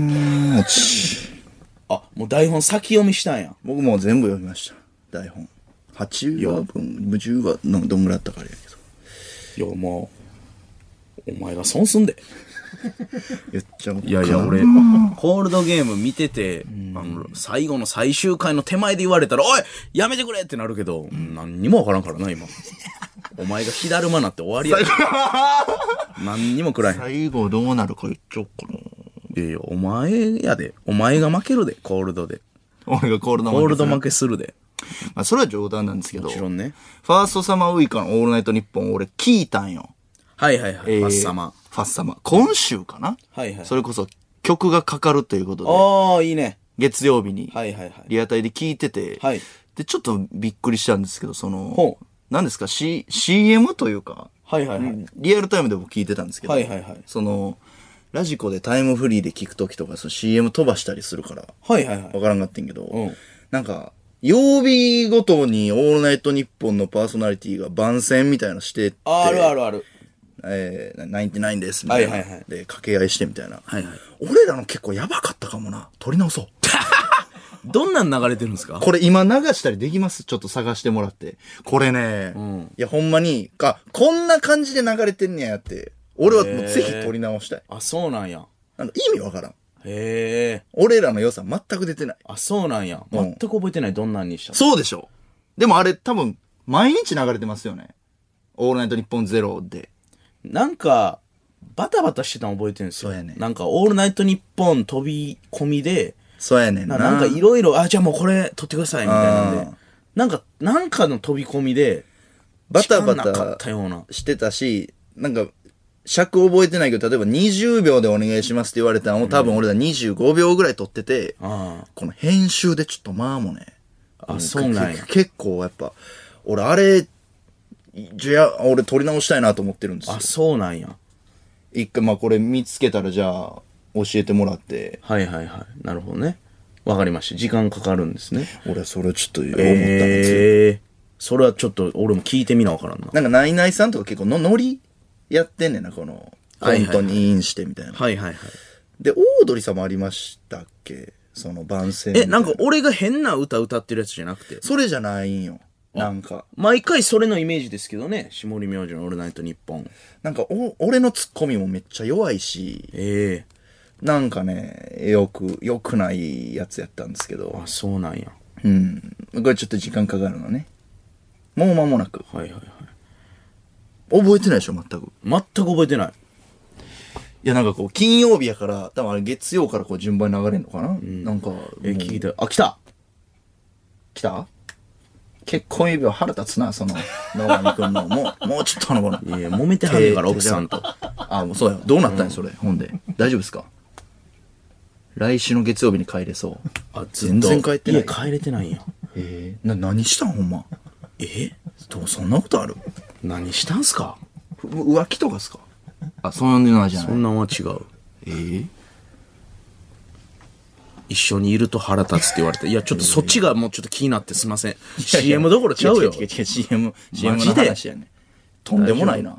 B: あ、もう台本先読みしたんや。
A: 僕もう全部読みました。台本。8話分、10話のどんぐらいあったかあれやけど。
B: いや、もう、お前が損すんで。
A: 言っちゃおうかな。
B: いやいや、俺、コールドゲーム見てて、最後の最終回の手前で言われたら、おいやめてくれってなるけど、何にもわからんからな、今。お前が火だるまなって終わりや。何にも食らえへん。
A: 最後どうなるか言っちゃおうかな。
B: いやいや、お前やで。お前が負けるで、コールドで。
A: 俺がコールド
B: コールド負
A: け。
B: けするで。
A: まあ、それは冗談なんですけど。
B: もちろんね。
A: ファーストサマーウイカのオールナイトニッポン俺聞いたんよ。
B: はいはいはい。ファッサマ。
A: ファッサマ。今週かな
B: はいはい。
A: それこそ曲がかかるということで、
B: ああ、いいね。
A: 月曜日に
B: はいはいはい。
A: リアタイで聞いてて、
B: はい。
A: で、ちょっとびっくりしたんですけど、その
B: ほう、
A: 何ですか、CM というか、
B: はいはいはい。
A: リアルタイムで僕聞いてたんですけど、
B: はいはいはい
A: その、ラジコでタイムフリーで聞くときとか、その CM 飛ばしたりするから、
B: はいはいはい。
A: わからんかったんけど、
B: うん
A: なんか、曜日ごとにオールナイトニッポンのパーソナリティが番宣みたいなのしてて、
B: あるあるある。
A: ナインティナインですみたいな。
B: はいはいはい
A: で、掛け合いしてみたいな。
B: はいはい。
A: 俺らの結構やばかったかもな。撮り直そう。
B: どんなん流れてるんですか？
A: これ今流したりできます？ちょっと探してもらって。これね、いやほんまに、こんな感じで流れてんねやって。俺はもうぜひ撮り直したい。
B: あ、そうなんや。
A: なんか意味わからん。
B: へえ。
A: 俺らの良さ全く出てない。
B: あ、そうなんや。
A: うん
B: 全く覚えてない。どんなんにしたの？
A: そうでしょ？でもあれ多分、毎日流れてますよね。オールナイトニッポンゼロで。
B: なんか、バタバタしてたの覚えてるんですよ。
A: そうやね
B: なんか、オールナイトニッポン飛び込みで、
A: そうやねんな。
B: なんかいろいろ、あ、じゃあもうこれ撮ってください、みたいなんで
A: うん。
B: なんかの飛び込みで、
A: バタバ
B: 時間なかっ
A: タ
B: たような。
A: してたし、なんか、尺覚えてないけど、例えば20秒でお願いしますって言われたのを多分俺ら25秒ぐらい撮ってて、
B: あ
A: この編集でちょっとまあもね。
B: あ、そうなんや。
A: 結構やっぱ、俺あれ、じゃあ、俺撮り直したいなと思ってるんですよ
B: あ、。そうなんや。
A: 一回、まあこれ見つけたらじゃあ、 教えてもらって。
B: はいはいはい。なるほどね。わかりました。時間かかるんですね。
A: 俺それちょっと思ったんですよ。
B: それはちょっと俺も聞いてみなわからんな。
A: なんかナイナイさんとか結構ノリやってんねんな、この、コントにインしてみたいな。
B: はいはいはい。
A: で、オードリーさんもありましたっけ、その番宣。
B: なんか俺が変な歌歌ってるやつじゃなくて。
A: それじゃないんよ。なんか。
B: 毎回それのイメージですけどね。下り明星のオールナイトニッポン。
A: なんか俺のツッコミもめっちゃ弱いし、なんかね、よくないやつやったんですけど。
B: あ、そうなんや。
A: うん。これちょっと時間かかるのね。もう間もなく。
B: はいはいはい。
A: 覚えてないでしょ、全く。
B: 全く覚えてない。
A: いや、なんかこう、金曜日やから、多分あれ月曜からこう順番に流れるのかな、なんか。
B: 聞いた。あ、来た
A: 来た結婚指輪腹立つな、その、野上くんの。もうちょっとこの。
B: いや、揉めてはんねんから、奥さんと。
A: あ、もうそうや。どうなったんや、それ。ほんで。大丈夫ですか？来週の月曜日に帰れそう。
B: あ、
A: 全然帰ってない。
B: 家帰れてないんや。
A: 何したんほんま。どう、そんなことある？
B: 何したんすか？
A: 浮気とかっすか？あ、そういうのじゃない。
B: そんなんは違う。一緒にいると腹立つって言われて。いや、ちょっとそっちがもうちょっと気になってすいません。CM どころちゃうよ。
A: 違う、CM の話やね。とんでもないな。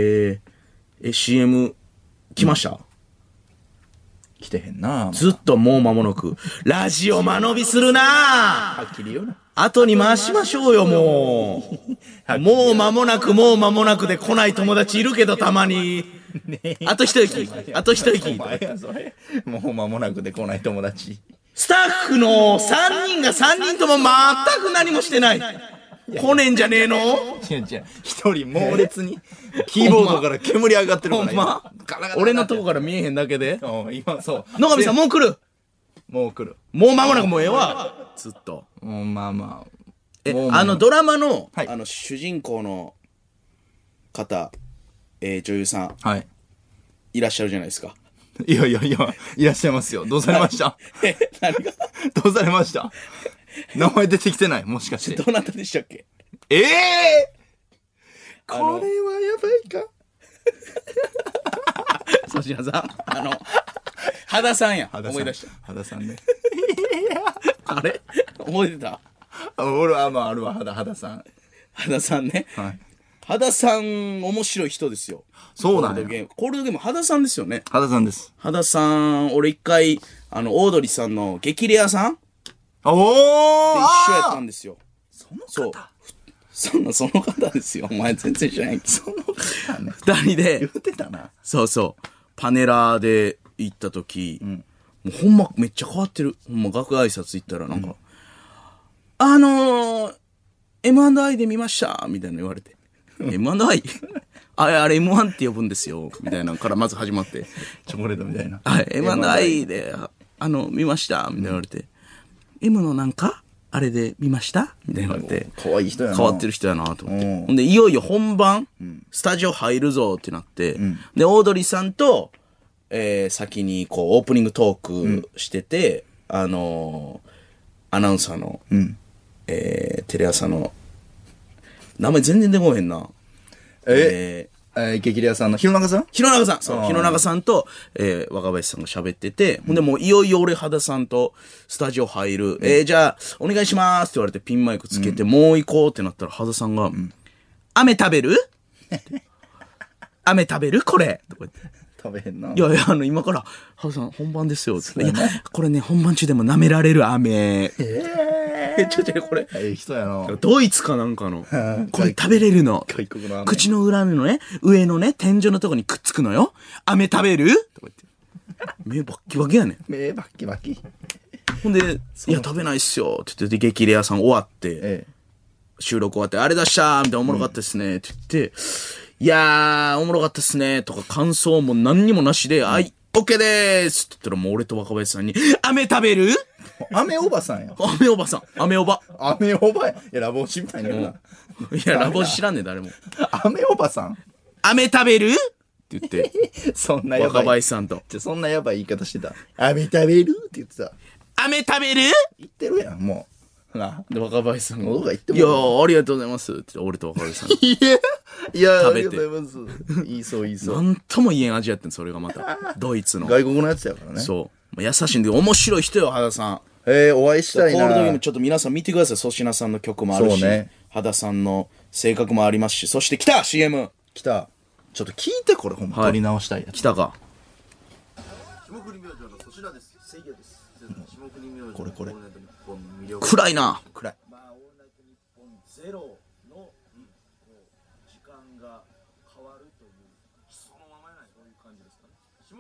B: CM 来ました？
A: 来てへんな。
B: ずっともう間もなく。ラジオ間延びするな。
A: はっきり言うな。
B: 後に回しましょうよ、もう。もう間もなくで来ない友達いるけど、たまに。あと一息。
A: もう間もなくで来ない友達。
B: スタッフの3人が3人とも全く何もしてない。来ねんじゃねえの？
A: 違う。一人猛烈に、キーボードから煙上がってるから。
B: ほんま？俺のとこから見えへんだけで。
A: 今、そう。
B: 野上さんもう来る。
A: もう
B: 間もなくもうええわ。ずっと。
A: まあ。
B: ドラマの、主人公の方、女優さん、
A: はい。
B: いらっしゃるじゃないですか。
A: いや、いらっしゃいますよ。どうされました？
B: 何が？
A: どうされました？名前出てきてない？もしかして。
B: どなたでしたっけ？
A: これはやばいか。
B: 粗品さん、羽田さんや。思い出した。
A: 羽田さんね。
B: あれ覚えてた？
A: 俺はあるわ、羽田さん。
B: 羽田さんね。
A: はい。
B: 羽田さん、面白い人ですよ。
A: そうなんや。
B: コールドゲーム、羽田さんですよね。
A: 羽田さんです。
B: 羽田さん、俺一回、オードリーさんの激レアさんで
A: 一緒
B: やったんですよ。
A: その方？
B: その方ですよ。お前全然知らないけど。
A: その方ね。
B: 二人で。
A: 言ってたな。
B: そう。パネラーで行った時、もうほんまめっちゃ変わってる。ほんま楽屋挨拶行ったらなんか、M&I で見ましたみたいな言われて。M&I? あれ M1 って呼ぶんですよ。みたいなのからまず始まって。
A: チョコレートみたいな。
B: はい、M&I で、見ましたみたいな言われて。M のなんかあれで見ましたみたいな言われて。
A: 可愛い人やな。
B: 変わってる人やなと思って。ほんで、いよいよ本番、スタジオ入るぞってなって、で、オードリーさんと、先にこう、オープニングトークしてて、アナウンサーの、テレ朝の、名前全然出こへんな。
A: 激レアさんの弘中さん。
B: 弘中さんと、若林さんが喋ってて、ほんでもういよいよ俺、羽田さんとスタジオ入る。じゃあ、お願いしますって言われてピンマイクつけて、もう行こうってなったら、羽田さんが、飴食べる飴食べるこれとか言って。
A: 食べへんな。
B: いや、今から、羽田さん本番ですよ。つって。いや、これね、本番中でも舐められる飴。これ。
A: 人やな。
B: ドイツかなんかの。これ食べれるの。口の裏のね、上のね、天井のとこにくっつくのよ。飴食べるとか言って。目バッキバキやねん。
A: 目バッキバキ。
B: ほんで、いや、食べないっすよ。って言って、激レアさん終わって、収録終わって、あれ出したーみたいなおもろかったっすね。って言って、いやー、おもろかったっすね。とか感想も何にもなしで、はい、オッケーでーすって言ったらもう俺と若林さんに、飴食べる
A: 飴おばさんや。
B: 飴おばさん。飴おば。
A: 飴おばや。いや、ラボシみたいに言うな。
B: いや、ラボシ知らんねん、誰も。
A: 飴おばさん
B: 飴食べるって言って。
A: そんなやばい。
B: 若林さんと。
A: そんなやばい言い方してた。飴食べるって言ってた。
B: 飴食べる
A: 言ってるやん、もう。
B: で、若林さんが。
A: 言っても
B: いやー、ありがとうございます。って俺と若林さん。
A: いや、 いや、
B: 食べて
A: ありがとうございます。いいそう、いいそう。
B: なんとも言えん味やってん、それがまた。ドイツの。
A: 外国のやつやからね。
B: そう。優しいんで、面白い人よ、羽田さん。
A: お会いしたいな。
B: コールドゲームちょっと皆さん見てください。粗品さんの曲もあるし、
A: そうね
B: 羽田さんの性格もありますし、そして来た !CM!
A: 来た。ちょっと聞いて、これほんま。
B: はい
A: 撮り直したいやつ。
B: 来たか。
A: これこれ。
B: 暗いな。
A: 暗い。
B: ゼロの、時間が変わるという、そのままやない、そういう感じですかね。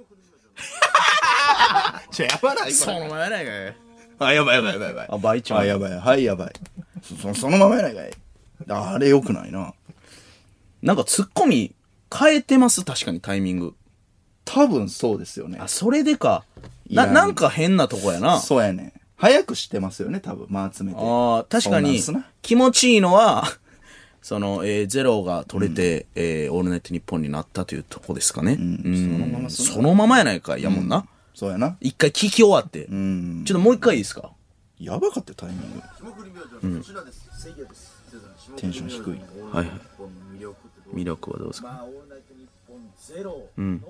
A: やばない
B: そのままやないかい。
A: あ、やばいやばいやばいやばい。
B: あ、倍ちゃう。
A: あ、やばい。はい、やばい。そのままやないかい。あれ良くないな。
B: なんかツッコミ変えてます、確かにタイミング。
A: 多分そうですよね。
B: あ、それでか。
A: いや
B: なんか変なとこやな。
A: そうやね。早くしてますよね、多分。間集めて。
B: ああ、確かに
A: そうなんすな
B: 気持ちいいのは、その、ゼロが取れて、オールナイトニッポンになったというとこですかね。
A: そのまますな
B: そのままやないかい。やもんな。
A: そうやな。
B: 一回聞き終わって。
A: うん。
B: ちょっともう一回いいですか？
A: やばかったよ、タイミング。テンション低い。
B: はいはい。魅力はどうですか？うん。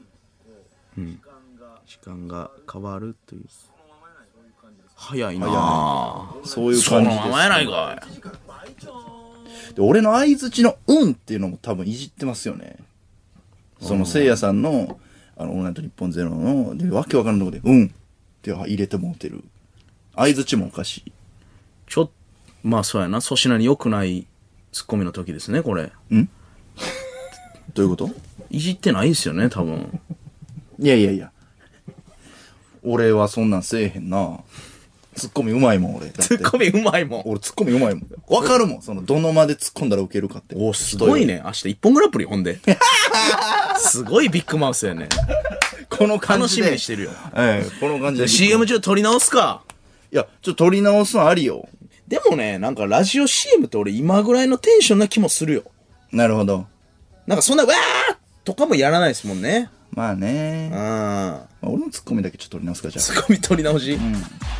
B: 時間が変わるという。早いなぁ。
A: そういう
B: そ
A: 感じです。
B: のままやないかい。
A: で俺の相槌のうんっていうのも多分いじってますよね。そのせいやさんの、オールナイトニッポンゼロの、で、わけわからんとこで、うんって入れてもうてる。相槌もおかしい。
B: まあそうやな。粗品に良くないツッコミの時ですね、これ。
A: どういうこと？
B: いじってないですよね、多分。
A: いやいやいや。俺はそんなんせえへんな。ツッコミうまいもん、俺。だって
B: ツッコミうまいもん。
A: 俺ツッコミうまいもん。わかるもん。その、どの間で突っ込んだらウケるかって。
B: お、すごいね。明日一本グランプリほんで。すごいビッグマウスやね。
A: この感
B: 楽し
A: じで。
B: みにしてるよ。
A: この感じで。
B: CM 中撮り直すか。
A: いや、ちょっと撮り直すのありよ。
B: でもね、なんかラジオ CM って俺今ぐらいのテンションな気もするよ。
A: なるほど。
B: なんかそんな、わーとかもやらないですもんね。
A: まあね。
B: あ
A: 俺のツッコミだけちょっと撮り直すか、じゃあ。
B: ツッコミ撮り直し、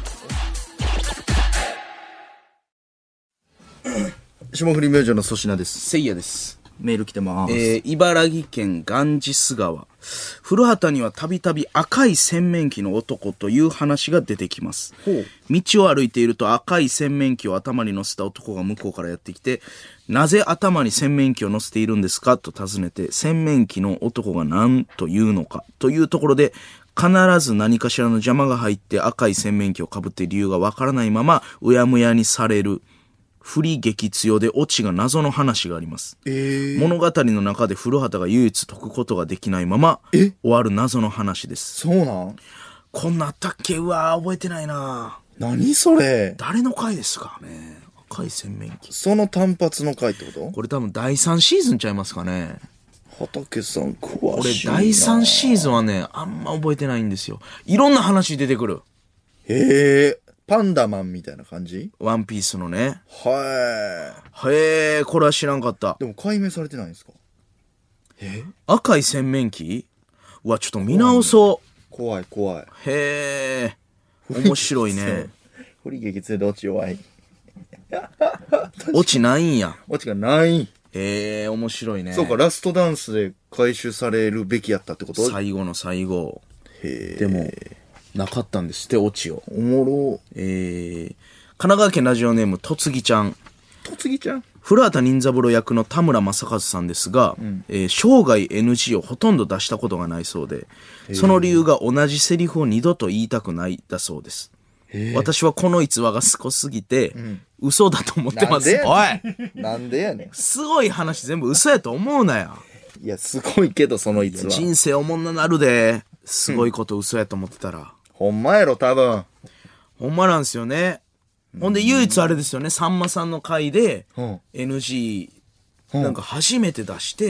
A: 霜降り明星の粗品です。
B: せいやです。
A: メール来てます。
B: 茨城県ガンジス川。古畑にはたびたび赤い洗面器の男という話が出てきます。道を歩いていると赤い洗面器を頭に乗せた男が向こうからやってきて、なぜ頭に洗面器を乗せているんですかと尋ねて、洗面器の男が何と言うのかというところで、必ず何かしらの邪魔が入って赤い洗面器をかぶっている理由がわからないまま、うやむやにされる。振り激強でオチが謎の話があります。物語の中で古畑が唯一解くことができないまま終わる謎の話です。
A: そうなん？
B: こんなあったっけ？うわー覚えてないな。
A: 何それ？
B: 誰の回ですかね。赤い洗面器。
A: その単発の回ってこと？
B: これ多分第3シーズンちゃいますかね。
A: 畑さん詳
B: これ
A: しいな。
B: 第3シーズンはね、あんま覚えてないんですよ。いろんな話出てくる。
A: パンダマンみたいな感じ？
B: ワンピースのね。
A: は
B: へー、これは知らんかった
A: い。。でも解明されてないんですか？
B: 赤い洗面器？うわ、ちょっと見直そ
A: 怖い怖い。
B: う。へー、面白いね。
A: 振り激強で落ち弱い。
B: オチないんや。
A: 落ちがない。
B: 面白いね。
A: そうか、ラストダンスで回収されるべきやったってこと？
B: 最後の最後。でも、なかったんですって、オチを。
A: おもろ。
B: 神奈川県ラジオネーム、とつぎちゃん。
A: とつぎちゃん？
B: 古畑任三郎役の田村正和さんですが、生涯 NG をほとんど出したことがないそうで、その理由が同じセリフを二度と言いたくないだそうです。私はこの逸話が少すぎて、嘘だと思ってます。おい
A: なんでやねん。
B: すごい話全部嘘やと思うなや。
A: いや、すごいけど、その逸話。
B: 人生おもんななるで。すごいこと嘘やと思ってたら。
A: ほんまやろ、多分。
B: ほんまなんですよね。ほんで唯一あれですよね、さんまさんの回で、NG、なんか初めて出して、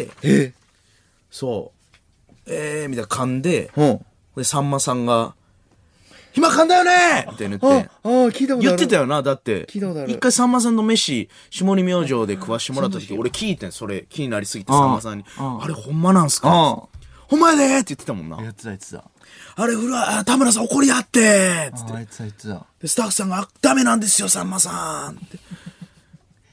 B: そう、みたいな噛んで、で、さんまさんが、今噛んだよねって言って、
A: 聞いたことある。
B: 言ってたよな、だって。
A: 聞いたことある。
B: 一回さんまさんの飯、下り明星で食わしてもらった時、俺聞いてん、それ、気になりすぎてさんまさんに。あれほんまなんすか？ほんまやでって言ってたもんな。
A: やつだ、やつだ。
B: あれ、田村さん怒りやってつって。
A: あいつだ、やつだ。
B: で、スタッフさんが、ダメなんですよ、さんまさんって。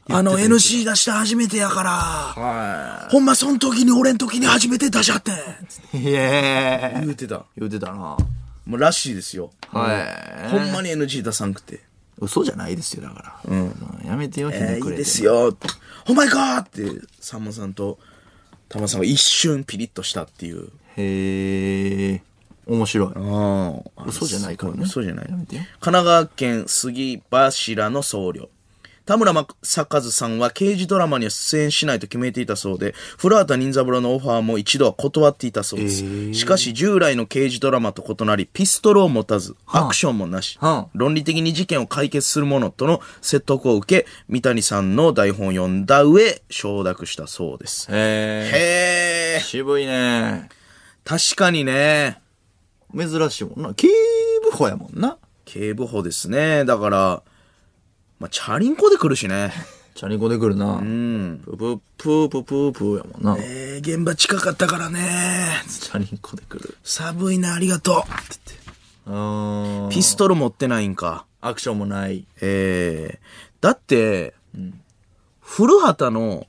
B: NC 出した初めてやから、
A: は
B: ほんまそん時に俺ん時に初めて出しはってん。
A: い。いや
B: 言うてた。
A: 言うてたな。
B: もうらしいですよ。
A: はい。
B: ほんまに NG 出さんくて。
A: 嘘じゃないですよ、だから。やめてよ、ひねくれて。
B: いいですよ。ほんまいかって、さんまさんと玉さんが一瞬ピリッとしたっていう。
A: へえ。面白い。嘘じゃないからね。
B: 嘘じゃない。
A: やめてよ。
B: 神奈川県杉柱の僧侶。田村正和さんは刑事ドラマには出演しないと決めていたそうで、古畑任三郎のオファーも一度は断っていたそうです。しかし従来の刑事ドラマと異なり、ピストルを持たず、アクションもなし、論理的に事件を解決するものとの説得を受け、三谷さんの台本を読んだ上、承諾したそうです。
A: へえ。渋いね。
B: 確かにね。
A: 珍しいもんな。警部補やもんな。
B: 警部補ですね。だから、まあ、チャリンコで来るしね。
A: チャリンコで来るな。プープープープープーやもんな。
B: 現場近かったからね。
A: チャリンコで来る。
B: 寒いな、ありがとう。って言って。ピストル持ってないんか。
A: アクションもない。
B: だって、古畑の、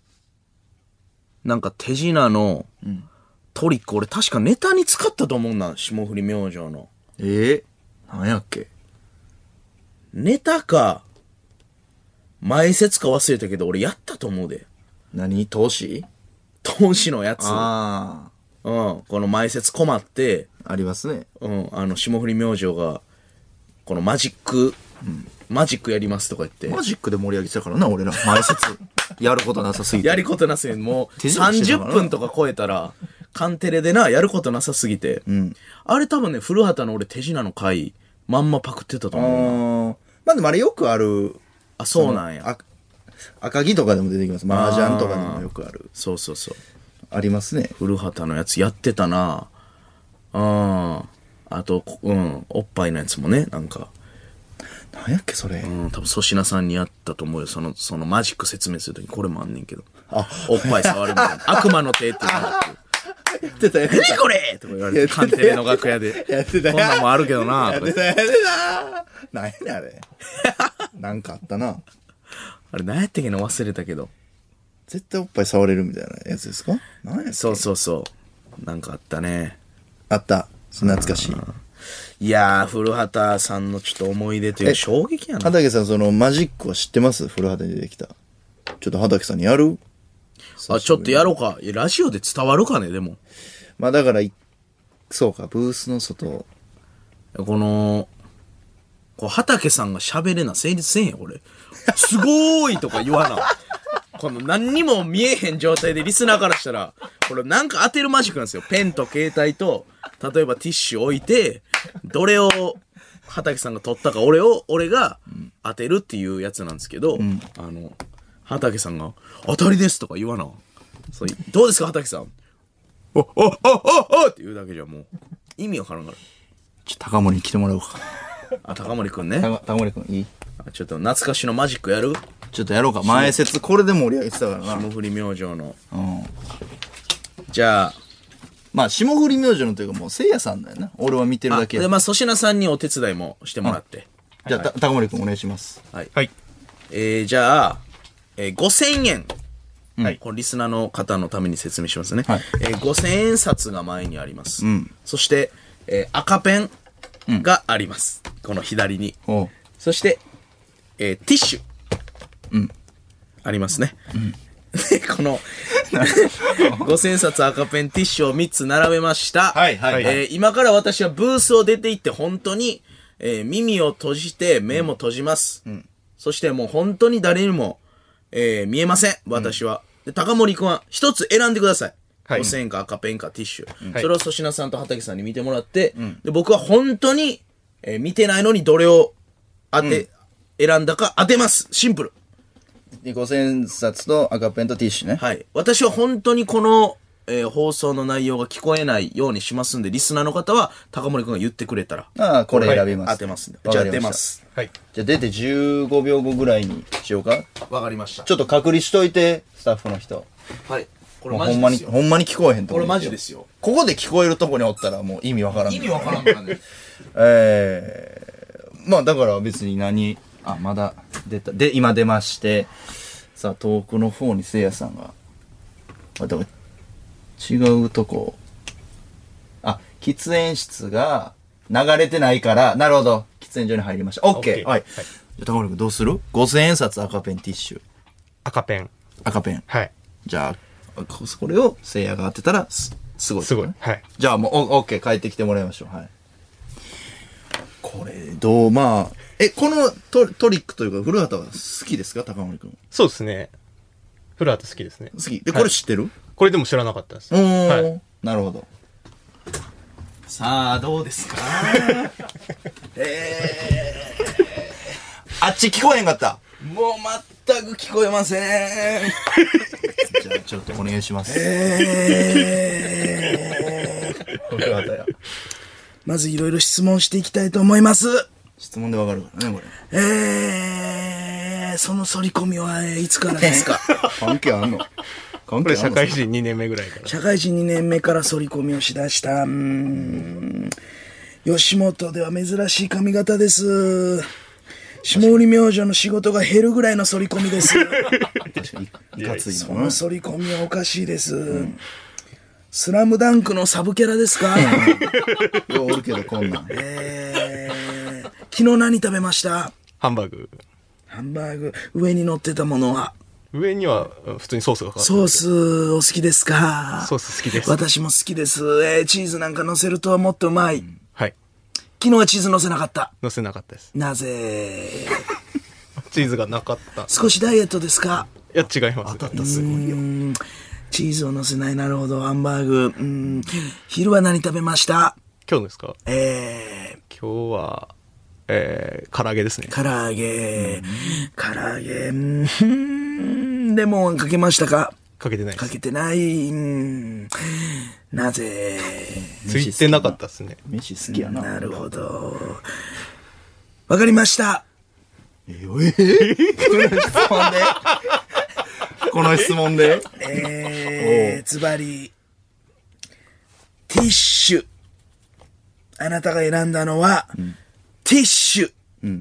B: なんか手品のトリック、俺確かネタに使ったと思うんだ。霜降り明星の。
A: なんやっけ。
B: ネタか、前説か忘れたけど、俺やったと思うで。
A: 何投資
B: のやつ。
A: あ
B: あ。この前説困って。
A: ありますね。
B: 霜降り明星が、このマジックやりますとか言って。
A: マジックで盛り上げてたからな、俺ら。前説。やることなさすぎて。
B: やることなさすぎて、もう30分とか超えたら、カンテレでな、やることなさすぎて。あれ多分ね、古畑の俺手品の回、まんまパクってたと思う。
A: まあでもあれよくある。
B: あ、そうなんや。
A: 赤木とかでも出てきます。麻雀とかでもよくある。
B: そうそうそう。
A: ありますね。
B: 古畑のやつやってたな。あと、おっぱいのやつもね、なんか。
A: なんやっけ、それ。
B: 多分粗品さんにやったと思うよ。そのマジック説明するとき、これもあんねんけど。おっぱい触るみたいな。悪魔の手って言われて。
A: やってた。
B: 何これとか言われて、カンテレの楽屋で。
A: やってた。
B: こんなんもあるけどな。
A: やってた。何やねん、あれ。なんかあったな。
B: あれ、何やったっけな、忘れたけど。
A: 絶対おっぱい触れるみたいなやつですか？何やっけ？
B: そう。なんかあったね。
A: あった。懐かしい。
B: いやー、古畑さんのちょっと思い出という衝撃やな。
A: 畑さん、そのマジックは知ってます？古畑に出てきた。ちょっと畑さんにやる？
B: ちょっとやろうか。ラジオで伝わるかね、でも。
A: まあだから、そうか、ブースの外。
B: 畑さんが喋れな、成立せんや、俺。すごーいとか言わな。この何にも見えへん状態でリスナーからしたら、これなんか当てるマジックなんですよ。ペンと携帯と、例えばティッシュ置いて、どれを畑さんが取ったか俺が当てるっていうやつなんですけど、畑さんが、当たりですとか言わな。どうですか、畑さん。おって言うだけじゃもう、意味わからんから。
A: 高森に来てもらおうか。
B: 高森くんね。
A: 高森くん、いい？
B: ちょっと懐かしのマジックやる？
A: ちょっとやろうか。前説、これで盛り上げてたからな。
B: 霜降り明星の。じゃあ。
A: まあ、霜降り明星のというかもう、せいやさんだよな。俺は見てるだけや。
B: で、粗品さんにお手伝いもしてもらって。
A: じゃあ、高森くんお願いします。
B: はい。じゃあ、5000円。
A: はい。
B: このリスナーの方のために説明しますね。はい。5000円札が前にあります。そして、赤ペンがあります。この左に。そして、ティッシュ。ありますね。で、この、5000冊赤ペンティッシュを3つ並べました。今から私はブースを出て行って本当に、耳を閉じて目も閉じます。そしてもう本当に誰にも、見えません。私は。で、高森くんは一つ選んでください。5000円か赤ペンかティッシュ。それを粗品さんと畑さんに見てもらって、で僕は本当に、見てないのにどれを選んだか当てます。シンプル。
A: で、5000冊と赤ペンとティッシュね。
B: はい。私は本当にこの、放送の内容が聞こえないようにしますんで、リスナーの方は高森くんが言ってくれたら。
A: これ選びます。
B: 当てますんで。じゃあ出ます。
A: はい。じゃあ出て15秒後ぐらいにしようか。
B: わかりました。
A: ちょっと隔離しといて、スタッフの人。
B: はい。これマジですよ。
A: ほんまに聞こえへんとこ。
B: これマジですよ。
A: ここで聞こえるとこにおったらもう意味わからん。
B: 意味わからんからね。
A: まあだから別にあ、まだ出た。で、今出まして、さあ、遠くの方にせいやさんが、あ、だから違うとこ、あ、喫煙室が流れてないから、なるほど。喫煙所に入りました。オッケー。はい。じゃあ、高森君どうする ?5000 円札赤ペンティッシュ。
D: 赤ペン。
A: 赤ペン。
D: はい。
A: じゃあ、これをせいやが当てたら、すごい、
D: すごい。はい。
A: じゃあもう、オッケー、帰ってきてもらいましょう。はい。これ、まあ、このトリックというか、古畑は好きですか高森君。
D: そうですね。古畑好きですね。
A: 好き。で、これ知ってる、
D: これでも知らなかったです。
A: おー、
D: はい。
A: なるほど。さあ、どうですかあっち聞こえへんかった。
B: もう全く聞こえません。
A: じゃあ、ちょっとお願いします。古畑や。
B: まずいろいろ質問していきたいと思います。
A: 質問でわかるからね、これ。
B: その反り込みはいつからですか？
A: 関係あんの関
D: これ
A: 係あんの
D: 社会人2年目ぐらいから。
B: 社会人2年目から反り込みをしだした。吉本では珍しい髪型です。霜降り明星の仕事が減るぐらいの反り込みです。
A: 確かに、いかつい
B: そ
A: のな。
B: の反り込みはおかしいです。スラムダンクのサブキャラですか？
A: ようおるけど、こんなん。
B: 昨日何食べました？
D: ハンバーグ。
B: ハンバーグ。上に乗ってたものは？
D: 上には普通にソースがかかって
B: ソースお好きですか？
D: ソース好きです。
B: 私も好きです。チーズなんか乗せるともっとうまい。
D: はい。
B: 昨日はチーズ乗せなかった。
D: 乗せなかったです。
B: なぜ？
D: チーズがなかった。
B: 少しダイエットですか？
D: いや、違います。
A: 当たったすごいよ。
B: チーズを乗せない。なるほど。ハンバーグ。昼は何食べました？
D: 今日ですか？
B: 今
D: 今日は、唐揚げですね。
B: 唐揚げ。唐揚げ。レモンかけましたか？
D: かけてないです。
B: かけてない。なぜ？
D: ついてなかったですね。
A: 飯好きやな。
B: なるほど。わかりました。
A: この質問で
B: ズバリ、ティッシュ。あなたが選んだのは、ティッシュ。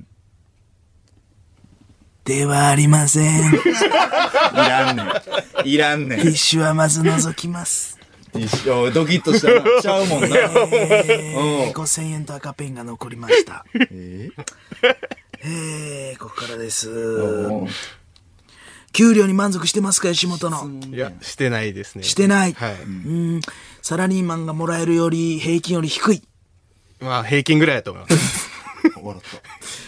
B: ではありません。
A: いらんねん。いらんねん。
B: ティッシュはまず覗きます。
A: ドキッとしたな。ちゃうもんな。
B: 5000円と赤ペンが残りました。ここからです。給料に満足してますか、吉本の？
D: いや、してないですね。
B: してない。
D: はい。
B: サラリーマンがもらえるより平均より低い。
D: まあ、平均ぐらいだと思います。
A: 笑った。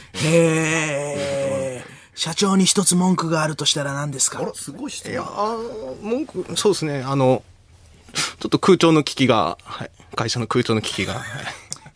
B: 社長に一つ文句があるとしたら何ですか？
A: すごい質
D: いや
A: 問。
D: 文句、そうですね。ちょっと空調の機器が、はい。会社の空調の機器が、はい。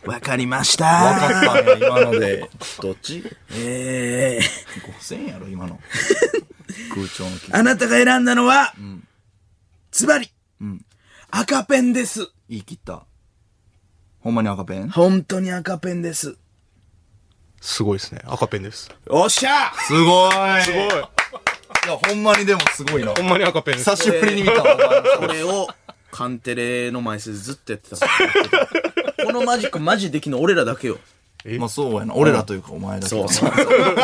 B: わかりまし
A: わ
B: た。
A: かったんや、今ので。どっち
B: え
A: ?5000 円やろ、今の。空調の機器。
B: あなたが選んだのは、ズバリ、赤ペンです。
A: 言い切った。ほんまに赤ペン
B: 本当に赤ペンです。
D: すごいですね。赤ペンです。
B: おっしゃ
A: すごい。
D: すごい。
A: いや、ほんまにでもすごいな。
D: ほんまに赤ペンです。
A: 久しぶりに見たわ。
B: これを、カンテレの前でずっとやってた。このマジックマジできんの俺らだけよ。
A: まあそうやな。俺らというかお前だけ。
B: そう。こ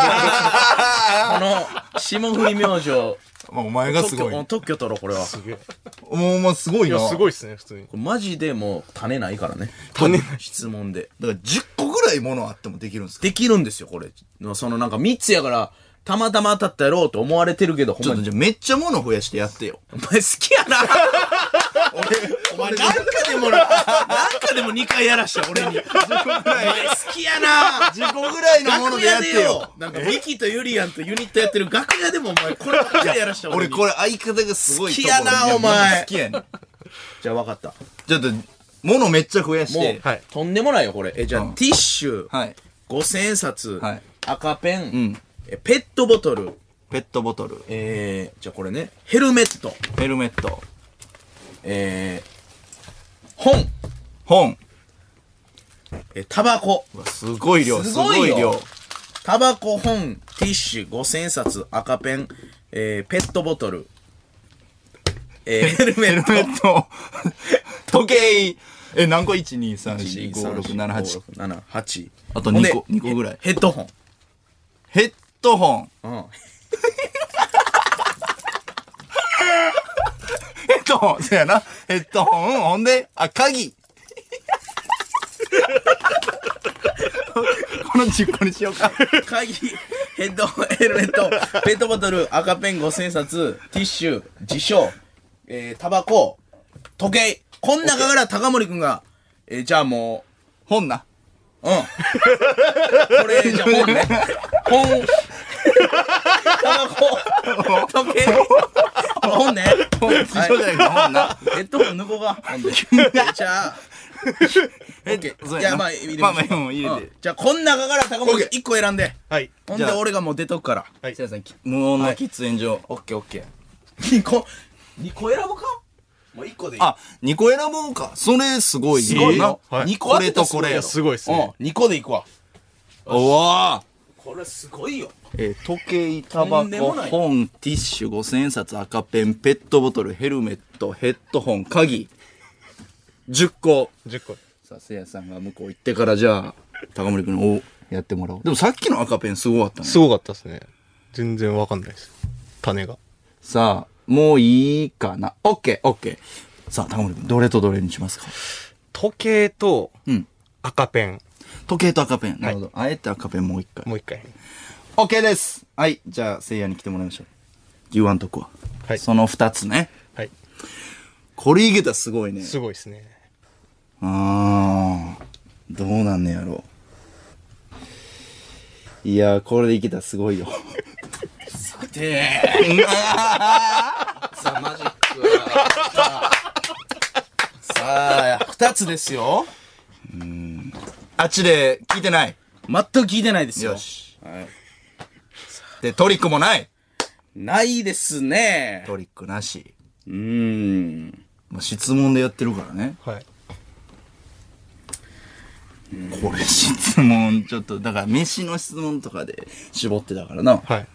B: の、霜降り明星、
A: まあお前がすごい。
B: 特許取ろう、これは。
A: もう、まあすごいな。
D: いや、すごいですね、普通に。
B: これマジでもう種ないからね。
D: 種ない。
B: 質問で。
A: だから10個ぐらいものあってもできるんですか？
B: できるんですよ、これ。そのなんか3つやから、たまたま当たったやろうと思われてるけど、ほんまに。
A: ちょっとじゃあめっちゃもの増やしてやってよ。
B: お前好きやな。お前なんかでも2回やらした俺に。お前好きやな。
A: 10個ぐらいのものでやってよ。
B: なんかミキとユリアンとユニットやってる楽屋でもお前こればっかりやらした
A: 俺
B: に。
A: これ相方がすごいところ。
B: 好きやなお前
A: 好きやねん。
B: じゃあ分かった。
A: ちょっと、ものめっちゃ増やし
B: もう
A: て。、
D: はい。
B: とんでもないよこれ。じゃあ、ティッシュ、
A: はい。
B: 5000円札、
A: はい
B: 赤ペン、
A: うん。
B: ペットボトル、
A: ペットボトル。
B: じゃあこれね、ヘルメット、
A: ヘルメット。
B: 本、
A: 本。
B: タバコ、
A: うわすごい量。
B: すごいよ
A: すごい量。
B: タバコ、本、ティッシュ、5000円札、赤ペン、ペットボトル、ヘルメット、
A: ヘルメット。時計。何個 ?1、2、3、4、5、6、7、8。
B: 7、8。
A: あと2個ぐらい
B: ヘッドホン。
A: ヘッドホン。
B: うん。
A: ヘッドホン。そうやな。ヘッドホン。ほんで、鍵。この10個にしようか。
B: 鍵、ヘッドホン、ヘルメット、ペットボトル、赤ペン5000冊、ティッシュ、辞書、タバコ、時計。こん中から高森くんが、じゃあも
A: 本な。
B: う、これ、じゃあ本ね。本、タバコ、時計、本ね。
A: 本、辞書じゃないから本な。
B: ヘッドホン抜こうか、ほんで。じゃあ、オッケー。じゃあまあ、入れましょう
A: まあ入れて。
B: じゃあ、こん中から高森くん1個選んで。
D: はい。
B: ほんで、俺がもう出とくから。
D: はい。
A: せやさん、無音の喫煙所。
B: オッケーオッケー。2個選ぶかもう1個でいい。
A: あ、2個選ぼうか。それすごい。
B: すごいよ。
D: はい
B: 2個あってたらすごいよ
A: これとこれやろ
D: すごいですね。
B: 2個でいくわ。
A: おわ
B: これすごいよ。
A: 時計、タバコ、
B: とんでもない
A: 本、ティッシュ、5000円札、赤ペン、ペットボトル、ヘルメット、ヘッドホン、鍵。10個。
D: 10個。
A: さあ、せやさんが向こう行ってから、じゃあ、高森くんにやってもらおう。でもさっきの赤ペンすごかったね。
D: すごかったですね。全然わかんないです。種が。
A: さあ、もういいかな。オッケー、オッケー。さあ、高森くん、どれとどれにしますか？
D: 時計と
A: うん。
D: 赤ペン。
A: 時計と赤ペン。なるほど。あえて赤ペンもう一回。
D: もう一回。
A: オッケーです。はい。じゃあ、せいやに来てもらいましょう。言わんとこは。
D: はい
A: その2つね。
D: はい。
A: これいけたらすごいね。
D: すごいですね。
A: あー。どうなんねやろう。いやー、これでいけたらすごいよ。
B: で、さあ、マジックは。さあ、2つですよ。
A: あっちで聞いてない。
B: 全く聞いてないですよ。
A: よし。
B: はい
A: で、トリックもない。
B: ないですね。
A: トリックなし。
B: ん。
A: 質問でやってるからね。
D: はい。
A: これ質問、ちょっと、だから飯の質問とかで絞ってたからな。
D: はい。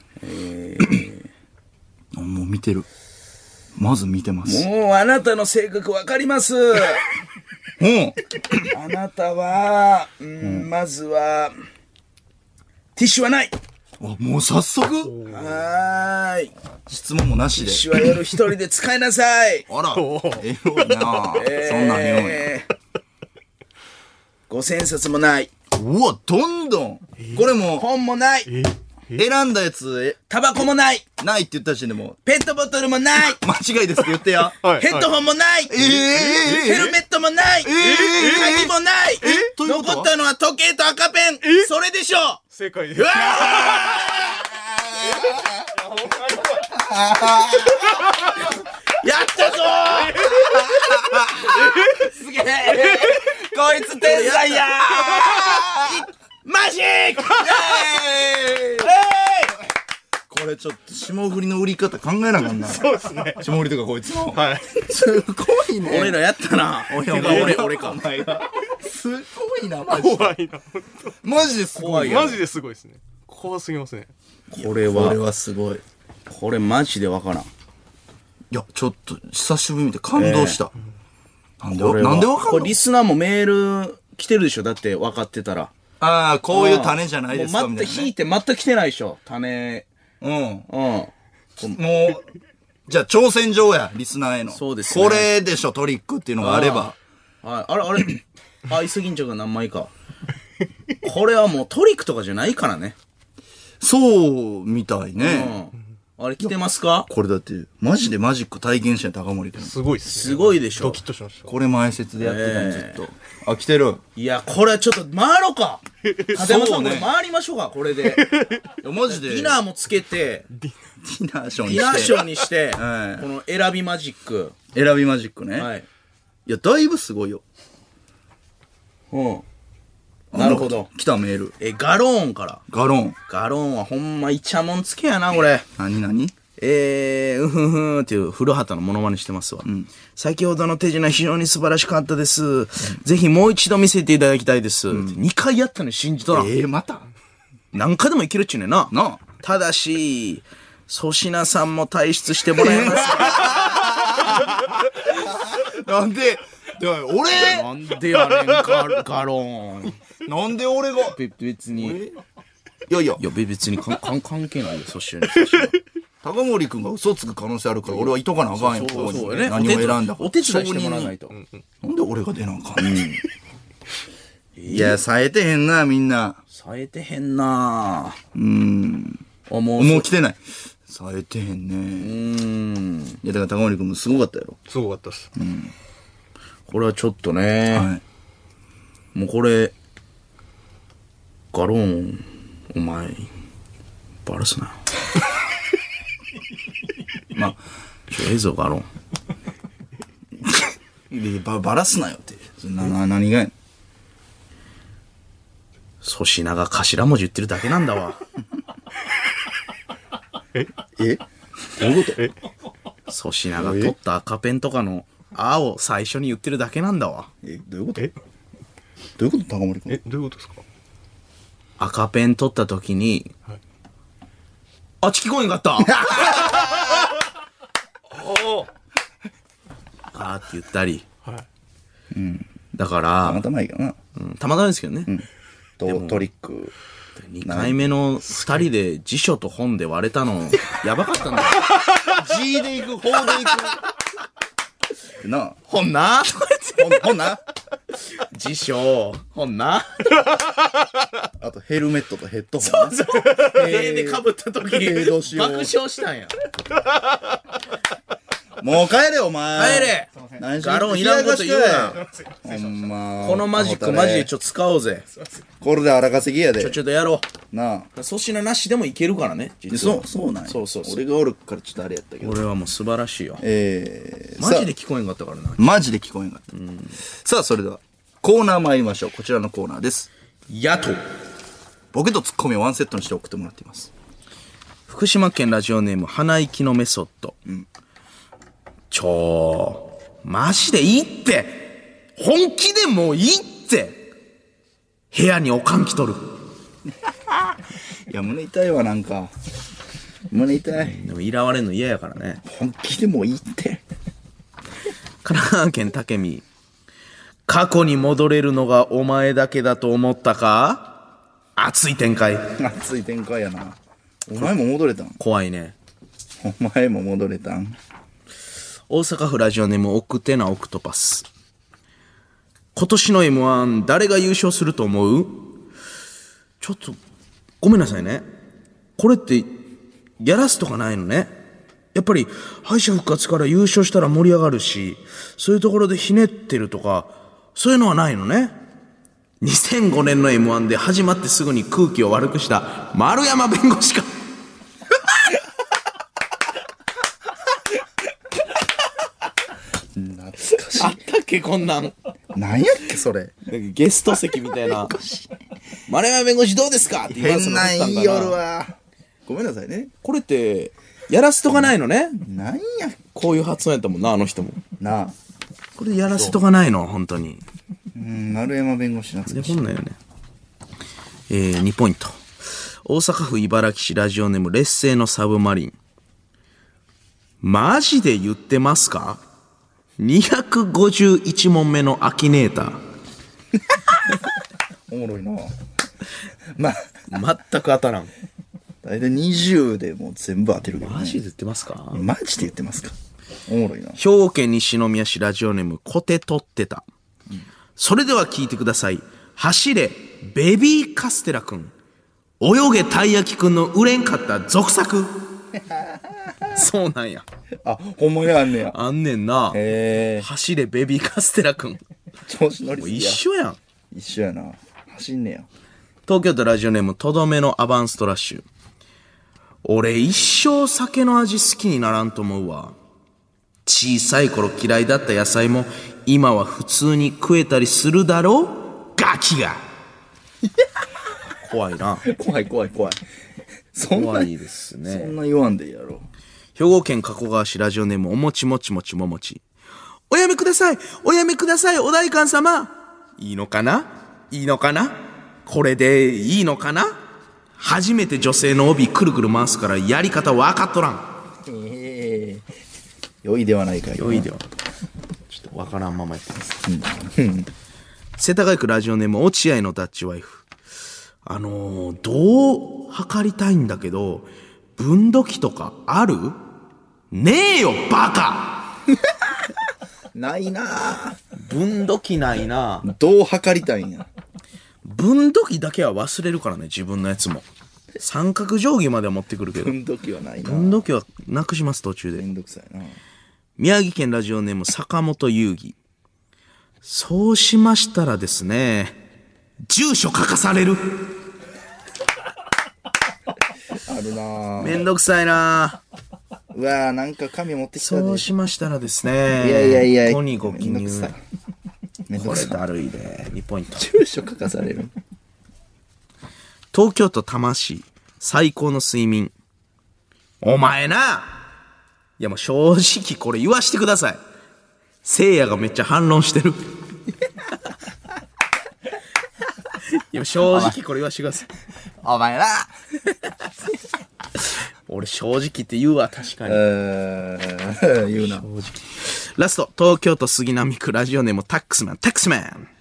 A: もう見てる。まず見てます。
B: もうあなたの性格わかります。
A: うん。
B: あなたは、まずは、ティッシュはない。
A: あ、もう早速
B: はーい。テ
A: 質問もなしで
B: ィッ。シュは夜一人で使いなさい。
A: あら、エロいなそんなんエロい
B: 5000冊もない。
A: な。うわ、どんどん。これも
B: 本もない。
A: 選んだやつ、
B: タバコもない。
A: ないって言った時点でも
B: ペットボトルもない。
A: う、間違いですって言ってや。
D: はい。
B: ヘッドホンもない。ヘルメットもない。鍵もない。
A: ということは
B: 残ったのは時計と赤ペン。それでしょう。
D: 正解です。
B: やったぞーすげえこいつ天才やーマジック
A: これちょっと霜降りの売り方考えなあかんな。そうですね。霜降りとかこいつの。
D: はい。
A: すごいね。
B: 俺らやったな。俺か。
A: お前が。すごいな、マジで。
D: 怖いな。
A: マジですごいよ。
D: マジですごいですね。怖すぎますね。
B: これ
A: これはすごい。
B: これマジでわからん。
A: いや、ちょっと、久しぶりに見て感動した。なんで
B: これは
A: なんでわかんの
B: これリスナーもメール来てるでしょだって分かってたら。
A: ああ、こういう種じゃないですか、
B: もう
A: みたいなね。
B: 全く引いて全く来てないでしょ種。
A: うん。
B: うん。
A: もう、じゃあ挑戦状や、リスナーへの。
B: そうですね
A: これでしょ、トリックっていうのがあれば。
B: はい。あれイソギンチョウが何枚か。これはもうトリックとかじゃないからね。
A: そう、みたいね。
B: あれ来てますか
A: これだって、マジでマジック体験した高森君。
D: すごいですね。
B: すごいでしょ
D: ドキッとしました。
A: これ前説でやってたの、ずっと。あ、来てる。
B: いや、これはちょっと回ろうか。立山さん、
A: そうね
B: これ回りましょうか、これで。
A: いやマジで。
B: ディナーもつけて、
A: ディナーショー
B: デ
A: にして。
B: ィナーショーにして、
A: はい
B: この選びマジック。
A: 選びマジックね。。
B: はいい。
A: や、だいぶすごいよ。
B: うん。なるほど。
A: 来たメール。
B: ガローンから。
A: ガロン。
B: ガローンはほんまイチャモンつけやな、これ。
A: 何何
B: ふんっていう古畑のモノマネしてますわ。先ほどの手品非常に素晴らしかったです。ぜひもう一度見せていただきたいです。2回やったのに信じとらん。
A: また
B: 何回でもいけるっちゅうねんな。
A: な
B: ただし、粗品さんも退出してもらえますか
A: なんで、俺
B: なんでやねん、ガローン。
A: なんで俺が
B: 別に。
A: いやいや
B: い、や、別に関係ないよ、そしは。
A: 高森くんが嘘つく可能性あるから、俺は言っとかなあかんよ。
B: そうやね。
A: 何を選んだか。
B: お手伝いしてもらわないと。
A: なんで俺が出なあかんねん。いや、冴えてへんな、みんな。
B: 冴えてへんなぁ。
A: もう来てない。冴えてへんね。いや、だから高森くんもすごかったやろ。
D: すごかったっす。
B: これはちょっとね、
A: はい。
B: もうこれ、ガロン、お前、バラすなよ。まあ、ええぞ、ガロン。
A: バラすなよって。何がやねん。
B: 粗品が頭文字言ってるだけなんだわ。
A: えどういうこと
B: 粗品が取った赤ペンとかの「あ」を最初に言ってるだけなんだわ。
A: どういうことどういうこと高森くん。
D: どういうことですか？
B: 赤ペン取った時に、あっち聞こえんかったあーって言ったり。だから
A: たま、たまいいかな。
B: たまたまですけどね。
A: トリック。
B: 2回目の2人で辞書と本で割れたの、やばかったんだよ。
A: G で行く、法で行く。なあ。
B: 本な
A: ほんな。
B: 辞書、本な
A: あとヘルメットとヘッドホンね。
B: 塀で被った時、
A: どうしよう
B: 爆笑したんや。
A: もう帰れお前。
B: 帰れ
A: 何し
B: ガロンいらんこと言うな。
A: ほんま。
B: このマジックマジでちょっと使おうぜ。
A: これで荒稼ぎやで。
B: ちょっとやろ
A: なあ。
B: う。粗品なしでもいけるからね、実は。
A: そうなんや。
B: そう
A: 俺がおるからちょっとあれやったけど。
B: 俺はもう素晴らしいよ。
A: マ
B: マジで聞こえんかったからな。
A: マジで聞こえんかった。さあ、それでは、コーナー参りましょう。こちらのコーナーです。
B: 野党。
A: ボケとツッコミをワンセットにして送ってもらっています。
B: 福島県ラジオネーム鼻息のメソッド。マジでいいって。本気でもういいって。部屋におかん来とる。
A: いや、胸痛いわ、なんか。胸痛い。
B: でもいらわれんの嫌やからね。
A: 本気でもういいって。
B: 神奈川県武見。過去に戻れるのがお前だけだと思ったか？熱い展開。
A: 熱い展開やな。お前も戻れたん？
B: 怖いね。
A: お前も戻れたん？
B: 大阪府ラジオネーム奥手なオクトパス。今年の M1 誰が優勝すると思う？ちょっとごめんなさいね。これってやらすとかないのね。やっぱり敗者復活から優勝したら盛り上がるし、そういうところでひねってるとかそういうのはないのね。2005年の M1 で始まってすぐに空気を悪くした丸山弁護士か。
A: 懐かしい。
B: あったっけこんなん。
A: なんやっけそれ。
B: ゲスト席みたいな。丸山弁護士どうですかって言わせ
A: 変なん言いよるわ。ごめんなさいね。
B: これってやらせとかないのね。
A: なんや。
B: こういう発音やったもんな、あの人も。
A: なあ。
B: これでやらせとかないの本当に。
A: 丸山弁護士懐
B: で
A: かしい。
B: こんなんよね。2ポイント。大阪府茨木市ラジオネーム劣勢のサブマリン。マジで言ってますか？ 251 問目のアキネーター。
A: おもろいな。まあ、
B: 全く当たらん。
A: 大体20でもう全部当てるけどね。
B: マジで言ってますか？
A: マジで言ってますか？おもろいな。
B: 兵庫県西宮市ラジオネームコテ取ってた。それでは聞いてください。走れベビーカステラくん、泳げたい焼きくんの売れんかった続作。そうなんや。
A: あ、ほんまにあんねや。
B: あんねんな。
A: へえ。
B: 走れベビーカステラくん。
A: 調子乗りすぎ
B: 一
A: や。
B: 緒やん。
A: 一緒やな。走んねや。
B: 東京都ラジオネームとどめのアバンストラッシュ。俺一生酒の味好きにならんと思うわ。小さい頃嫌いだった野菜も今は普通に食えたりするだろうガキが。怖いな。
A: 怖い怖い怖い。そんな、
B: 怖いですね。
A: そんな言わんでいいやろ。
B: 兵庫県加古川市ラジオネームおもちもちもちももち。おやめくださいおやめくださいお代官様。いいのかないいのかなこれでいいのかな。初めて女性の帯くるくる回すからやり方分かっとらん。
A: 良いではないかい。
B: 良いでは。ちょっと分からんままやってます。世田谷区ラジオネーム落合のダッチワイフ。 どう測りたいんだけど、分度器とかある？ねえよ、バカ
A: ないなぁ。
B: 分度器ないな。
A: どう測りたいんや。
B: 分度器だけは忘れるからね、自分のやつも。三角定規までは持ってくるけど。
A: 分度器はないな。
B: 分度器はなくします、途中で。
A: めんどくさいな。
B: 宮城県ラジオネーム坂本遊戯。そうしましたらですね、住所書かされる。
A: あるなぁ。
B: めんどくさいな。
A: うわぁ、なんか紙持ってきたで。
B: そうしましたらですね、
A: いやいや
B: ここにご記入。これ
A: めんどくさい。
B: だるいで、2ポイント。
A: 住所書かされる。
B: 東京都多摩市、最高の睡眠。お前な。いやもう正直これ言わしてください。聖夜がめっちゃ反論してる。いや正直これ言わしてください。
A: お前な。
B: 俺正直って言うわ、確かに。
A: 言うな。
B: ラスト、東京都杉並区ラジオネームタックスマン。ヘッドショ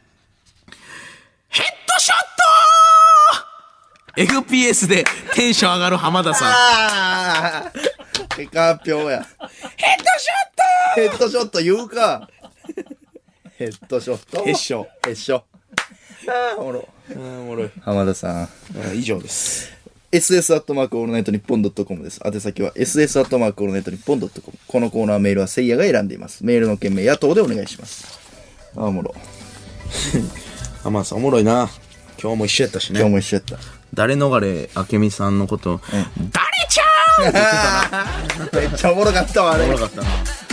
B: ット !FPS でテンション上がる浜田さん。
A: あー結果発表や。ヘッドショット言うか。ヘッドショット。
B: ヘッショ。
A: ヘッショ。あーおもろ。
B: おもろい。
A: 浜田さん。
B: 以上です。
A: ss アットマークオールナイトニッポンドットコムです。宛先は ss アットマークオールナイトニッポンドットコム。このコーナーメールはせいやが選んでいます。メールの件名野党でお願いします。あーおもろ。
B: 浜田さんおもろいな。今日も一緒やったし
A: 今日
B: ね。
A: も一緒やった。
B: 誰逃れ明美さんのこと、誰ちゃーんって言ってたな。
A: めっちゃおもろかったわ、あれ。
B: おもろかったな。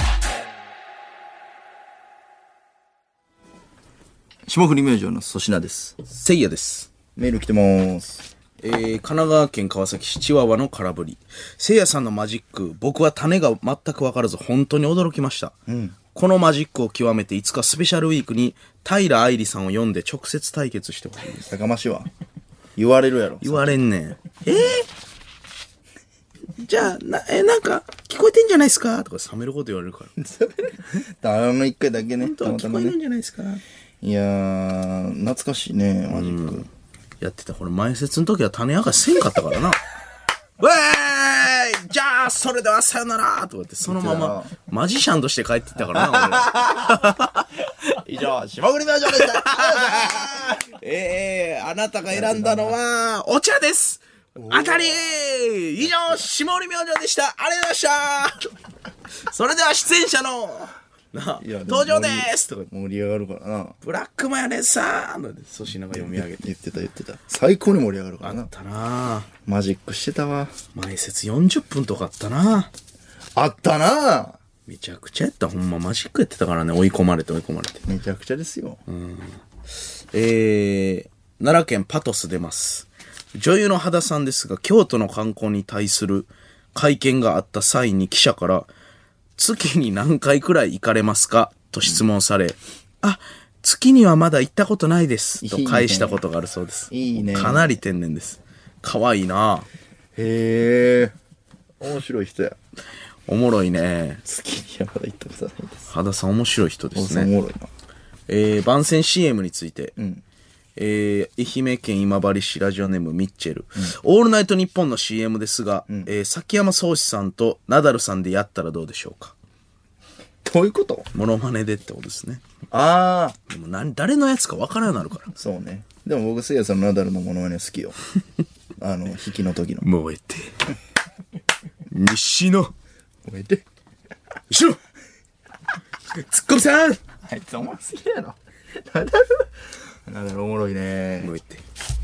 A: 霜降り明星の粗品です。
B: せいやです。
A: メール来てまーす。
B: 神奈川県川崎市チワワの空振り。せいやさんのマジック、僕は種が全く分からず本当に驚きました。このマジックを極めていつかスペシャルウィークに平愛理さんを呼んで直接対決してほしいです。
A: やかましいわ。言われるやろ。
B: 言われんねん。じゃあ、なんか、聞こえてんじゃないですかとか冷めること言われるから。
A: 一回だけね。たまたまね
B: 聞こえるん。じゃないですか
A: いやー、懐かしいね、マジック。
B: やってた。これ前説の時は種明かしせんかったからな。ウェーイじゃあ、それではさよならとか言って、そのまま、マジシャンとして帰っていったからな、俺ら。
A: 以上、霜降り明星でした。
B: あなたが選んだのは、お茶です当たり以上、霜降り明星でしたありがとうございましたそれでは出演者の、登場ですとか
A: 盛り上がるからな。
B: ブラックマヨネーズさんって粗品が読み上げて。
A: 言ってた。最高に盛り上がるからな。
B: あったな
A: マジックしてたわ。
B: 前説40分とかあったな
A: あったな
B: めちゃくちゃやった。ほんまマジックやってたからね。追い込まれて。
A: めちゃくちゃですよ。
B: 奈良県パトス出ます。女優の羽田さんですが、京都の観光に対する会見があった際に記者から、月に何回くらい行かれますかと質問され、月にはまだ行ったことないですと返したことがあるそうです。
A: いいね。
B: かなり天然です。かわいいな
A: へー。面白い人や。
B: おもろいね。
A: 月にはまだ行ったことないです。
B: 羽田さん面白い人です
A: お
B: ね。
A: もろいな。
B: 番宣 CM について。
A: ん
B: 愛媛県今治市ラジオネームミッチェル、オールナイトニッポンの CM ですが、崎山壮志さんとナダルさんでやったらどうでしょうか。
A: どういうこと？
B: モノマネでってことですね。
A: あ
B: でも誰のやつか分からんようになるから。
A: そうね。でも僕、せいやさんのナダルのモノマネ好きよ。引きの時の。
B: 燃えて西野
A: 燃えて。
B: 後ろツッコミさん
A: あいつおもろすぎやろ。ナダルおもろいね。
B: 燃えて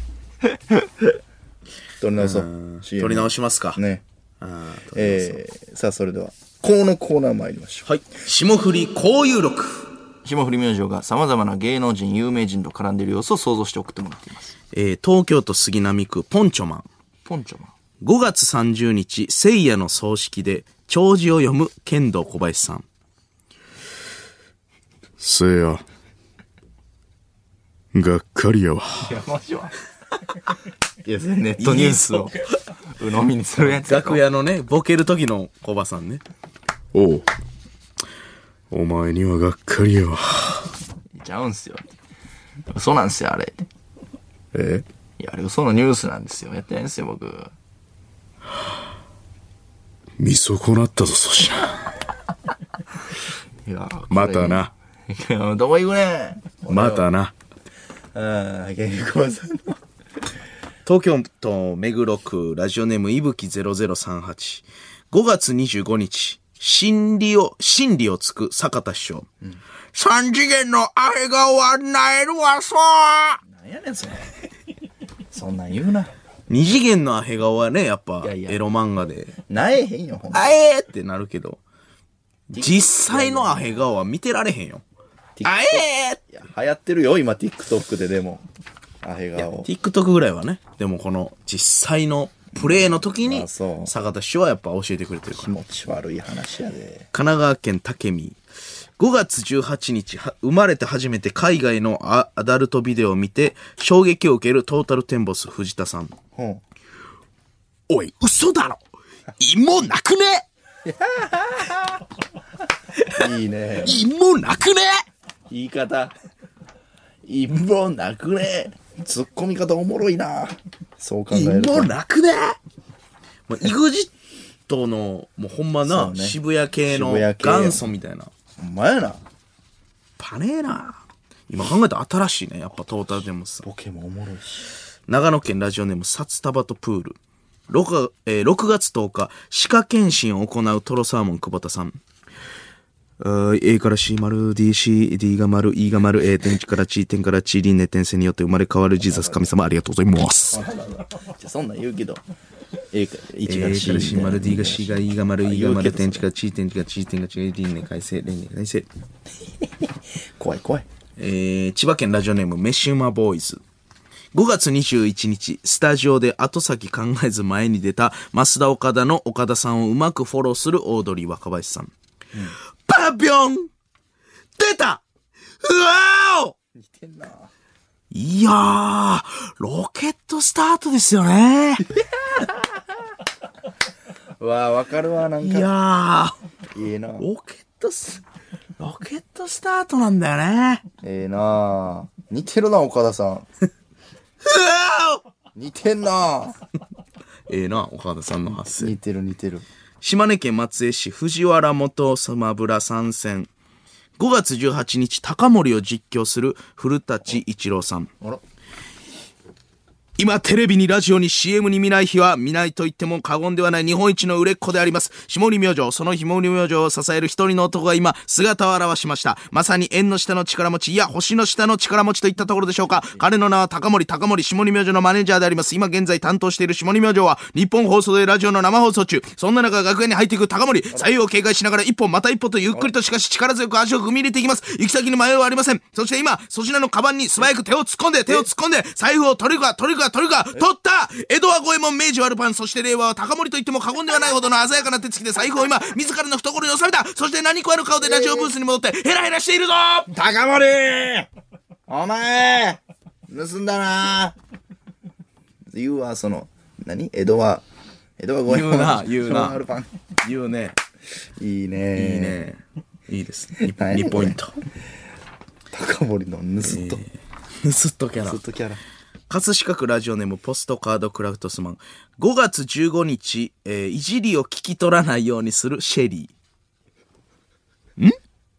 A: 撮り直そう。CM
B: 取り直しますか。
A: ね。
B: 取り直そう
A: さあ、それでは、このコーナー参りましょう。
B: はい。霜降り交友録。
A: 霜降り明星が様々な芸能人、有名人と絡んでいる様子を想像して送ってもらっています。
B: 東京都杉並区ポンチョマン。
A: ポンチョマン。
B: 5月30日、聖夜の葬式で、弔辞を読む剣道小林さん。聖夜。がっかりやわ。
A: いや、マジわ。いや、ネットニュースを鵜呑みにするやつやろ。
B: 楽屋のね、ボケる時の小林さんね。おう。お前にはがっかりやわ。
A: ちゃうんすよ。そうなんすよ、あれ。 いや、あれ嘘のニュースなんですよ。やってないんですよ、僕。
B: 見損なったぞ、粗品。
A: いや、
B: またな。
A: いやどこ行くねん。
B: またな。
A: ケンコバさんの。
B: 東京都目黒区ラジオネームいぶき0038。5月25日、真理をつく坂田師匠。3次元のアヘ顔はなえるわ、そう
A: なんやねん、それ。そんなん言うな。
B: 2次元のアヘ顔はね、やっぱ、
A: いやいや
B: エロ漫画で、
A: なえへんよ、ほんと。
B: あえーってなるけど、実際のアヘ顔は見てられへんよ。あえー
A: いや、流行ってるよ、今、TikTok ででも。アヘ顔。
B: TikTok ぐらいはね、でもこの実際のプレイの時に
A: あそう、
B: 坂田師匠はやっぱ教えてくれてるから。
A: 気持ち悪い話やで。
B: 神奈川県武見。5月18日、生まれて初めて海外のアダルトビデオを見て、衝撃を受けるトータルテンボス藤田さん。おい、嘘だろ芋なくね
A: いいね。
B: 芋なくね
A: 言い方。陰謀なくね。ツッコミ方おもろいな。そう考えると。
B: 芋なくねもう、イグジットの、もうほんまな、
A: ね
B: 渋谷系の
A: 渋谷系
B: 元祖みたいな。
A: ほんまやな。
B: パネーな。今考えたら新しいね。やっぱトータルテンボスさん。
A: ボケもおもろいし。
B: 長野県ラジオネーム札束とプール。6月10日、歯科検診を行うトロサーモン久保田さん。A から C 丸 D、C、D が丸、E が丸、A 点から G 点から G 輪廻転生によって生まれ変わるジーザス神様ありがとうございます。
A: じゃあそんなん言うけど。A か
B: A
A: 1
B: か
A: が
B: C
A: C
B: 丸 D が C が E が丸、E が丸、点
A: か
B: から G 点から G 点から G 輪廻改正、連廻改正。
A: 怖い怖い。
B: 千葉県ラジオネームメシウマボーイズ。5月21日、スタジオで後先考えず前に出た増田岡田の岡田さんをうまくフォローするオードリー若林さん。パピョン出たうわお
A: 似てんな。
B: いやー、ロケットスタートですよね。
A: うわわかるわ、なん
B: い
A: か。
B: や
A: いいな。
B: ー、ロケットスタートなんだよね。
A: ええな。似てるな、岡田さん。
B: うわお
A: 似てんな。
B: 岡田さんの発声。
A: 似てる似てる。
B: 島根県松江市藤原元スマブラ参戦。5月18日、高森を実況する古舘一郎さん。
A: あら。
B: 今、テレビにラジオに CM に見ない日は見ないと言っても過言ではない日本一の売れっ子であります。下り明星、その下り明星を支える一人の男が今、姿を現しました。まさに縁の下の力持ち、いや、星の下の力持ちといったところでしょうか。彼の名は高森、下り明星のマネージャーであります。今現在担当している下り明星は、日本放送でラジオの生放送中。そんな中、楽屋に入っていく高森、左右を警戒しながら一歩また一歩とゆっくりとしかし力強く足を踏み入れていきます。行き先に迷いはありません。そして今、粗品のカバンに素早く手を突っ込んで、財布を取った江戸は五右衛門明治ワルパン、そして令和は高森と言っても過言ではないほどの鮮やかな手つきで財布を今自らの懐に収めた。そして何食わぬ顔でラジオブースに戻ってヘラヘラしているぞ。
A: 高森お前盗んだな。言うわ、その、何江戸はご
B: 言うな言うね。
A: いいね。
B: いいですね。2ポイント。
A: 高森の盗っと。
B: 盗っとキャラ。
A: 盗っとキャラ。
B: 葛飾区ラジオネームポストカードクラフトスマン。5月15日、いじりを聞き取らないようにするシェリー。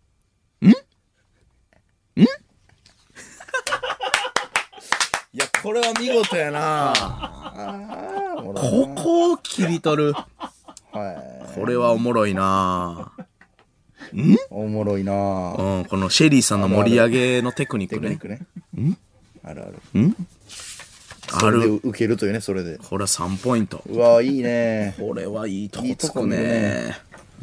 B: いや、これは見事やな。ここを切り取る。これはおもろいな。
A: おもろいな。
B: このシェリーさんの盛り上げのテクニックね。
A: あるある。
B: ある。
A: 受けるというね、それで。
B: これは3ポイント。
A: うわ、いいね。
B: これはいいとこつくね。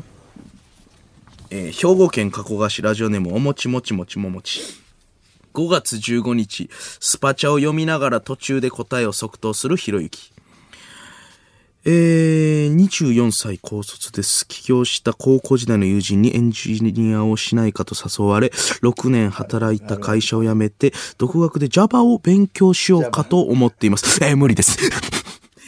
B: 兵庫県加古川市ラジオネームおもちもちもちももち。5月15日、スパチャを読みながら途中で答えを即答するひろゆき。24歳高卒です。起業した高校時代の友人にエンジニアをしないかと誘われ、6年働いた会社を辞めて、独学で Java を勉強しようかと思っています。無理です。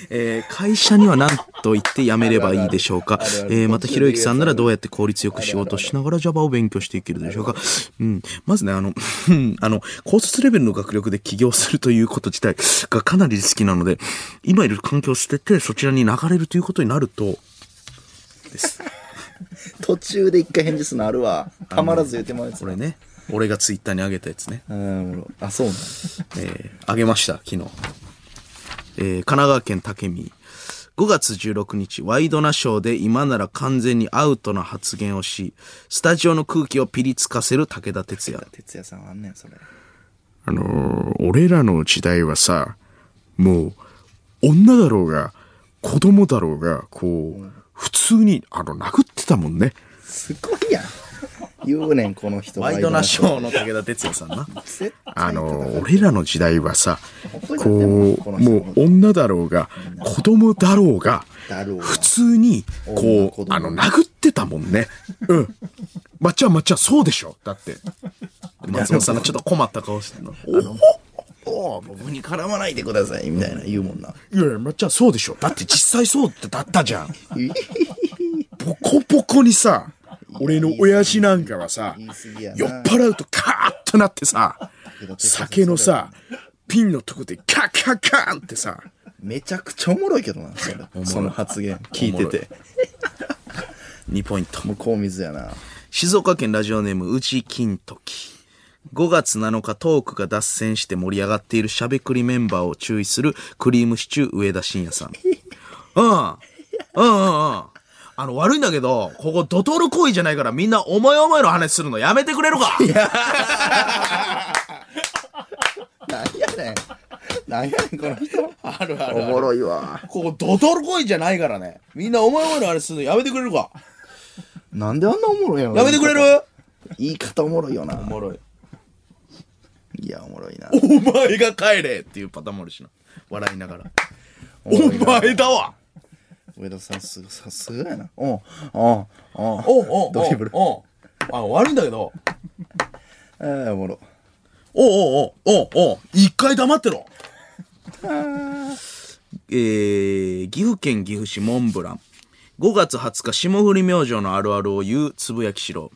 B: 会社には何と言って辞めればいいでしょうか。またひろゆきさんならどうやって効率よく仕事しながら Java を勉強していけるでしょうか。まずね、高卒レベルの学力で起業するということ自体がかなり好きなので、今いる環境を捨ててそちらに流れるということになると、です。
A: 途中で一回返事するのあるわ。たまらず言ってもらうやつ。
B: これね、俺がツイッターに上げたやつね。
A: あ、そうなん。
B: 上げました、昨日。神奈川県武見。5月16日、ワイドナショーで今なら完全にアウトな発言をし、スタジオの空気をピリつかせる武田鉄矢。
A: 鉄矢さんあんねん、それ。
B: 俺らの時代はさ、もう、女だろうが、子供だろうが、こう、普通に、殴ってたもんね。
A: すごいやん。言うねん、この人。
B: ワイドナショーの武田鉄矢さんな。俺らの時代はさ、こう、もう女だろうが、子供だろうが、普通に、こう、殴ってたもんね。うん。まっちゃん、そうでしょ。だって。松本さんがちょっと困った顔してるの。
A: 僕に絡まないでください、みたいな言うもんな。
B: いや、まっちゃんそうでしょ。だって実際そうってだったじゃん。ボコボコにさ、俺の親父なんかはさ、酔っ払うとカーッとなってさ、酒のさ、ピンのとこでカッカッカーンってさ、
A: めちゃくちゃおもろいけどな、その発言聞いてて。
B: 2ポイント。
A: 向こう水やな。
B: 静岡県ラジオネーム内金時。5月7日トークが脱線して盛り上がっているしゃべくりメンバーを注意するクリームシチュー上田晋也さん。悪いんだけど、ここドトール行為じゃないからみんな思い思いの話するのやめてくれるか。
A: なんやねん、この人。
B: ある。
A: おもろいわ。
B: ここドトール行為じゃないからね。みんな思い思いの話するのやめてくれるか。
A: なんであんなおもろいやろ。
B: やめてくれる？
A: 言い方おもろいよな。
B: おもろい。
A: いや、おもろいな。
B: お前が帰れっていうパターンもあるしな。笑いながら。お前だわ。
A: 上田さんさすがやな。
B: ドリブル。悪いんだけど。
A: おもろ。
B: 一回黙ってろ。岐阜県岐阜市モンブラン。5月20日、霜降り明星のあるあるを言うつぶやきしろ。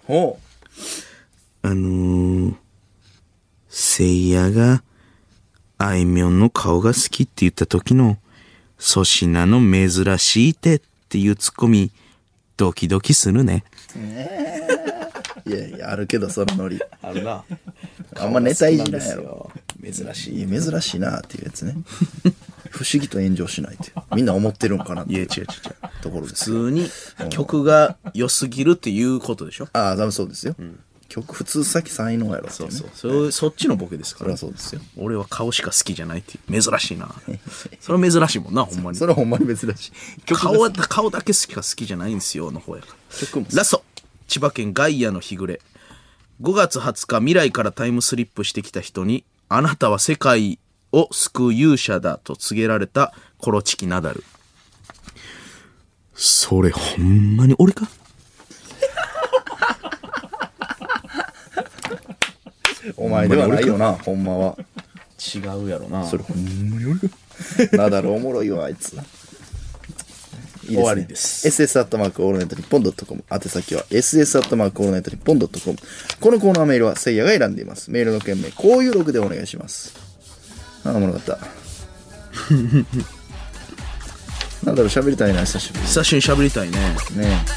B: せいやが、あいみょんの顔が好きって言った時の、粗品の珍しい手っていうツッコミ、ドキドキするね。
A: いや、あるけど、そのノリ。
B: あるな。
A: あんまネタいじらんやろ。
B: 珍しい。
A: 珍しいなっていうやつね。不思議と炎上しないって。みんな思ってるんかなって。
B: いや、違う。
A: ところです。
B: 普通に曲が良すぎるっていうことでしょ。
A: ああ、そうですよ。曲普通さっき才能やろ。
B: そう。そっちのボケですから。
A: そりゃそうですよ。
B: 俺は顔しか好きじゃないっていう。珍しいな。それは珍しいもんな、ほんまに。
A: それはほんまに珍しい。
B: 顔だけ好きじゃないんですよ、の方やから。ラスト。千葉県ガイアの日暮れ。5月20日、未来からタイムスリップしてきた人に、あなたは世界を救う勇者だと告げられたコロチキナダル。それほんまに俺か？
A: お前ではないよな、ほんまは。
B: 違うやろな。
A: それほんまに俺か。ナダルおもろいわ、あいつ。
B: 終わりです。
A: ss アットマークオールナイトニッポンドットコム。宛先は ss アットマークオールナイトニッポンドットコム。このコーナーメールはせいやが選んでいます。メールの件名、こういう録でお願いします。おもろかった。なんだろう、喋りたいな、久しぶり。
B: 久しぶりに喋りたいね。
A: ね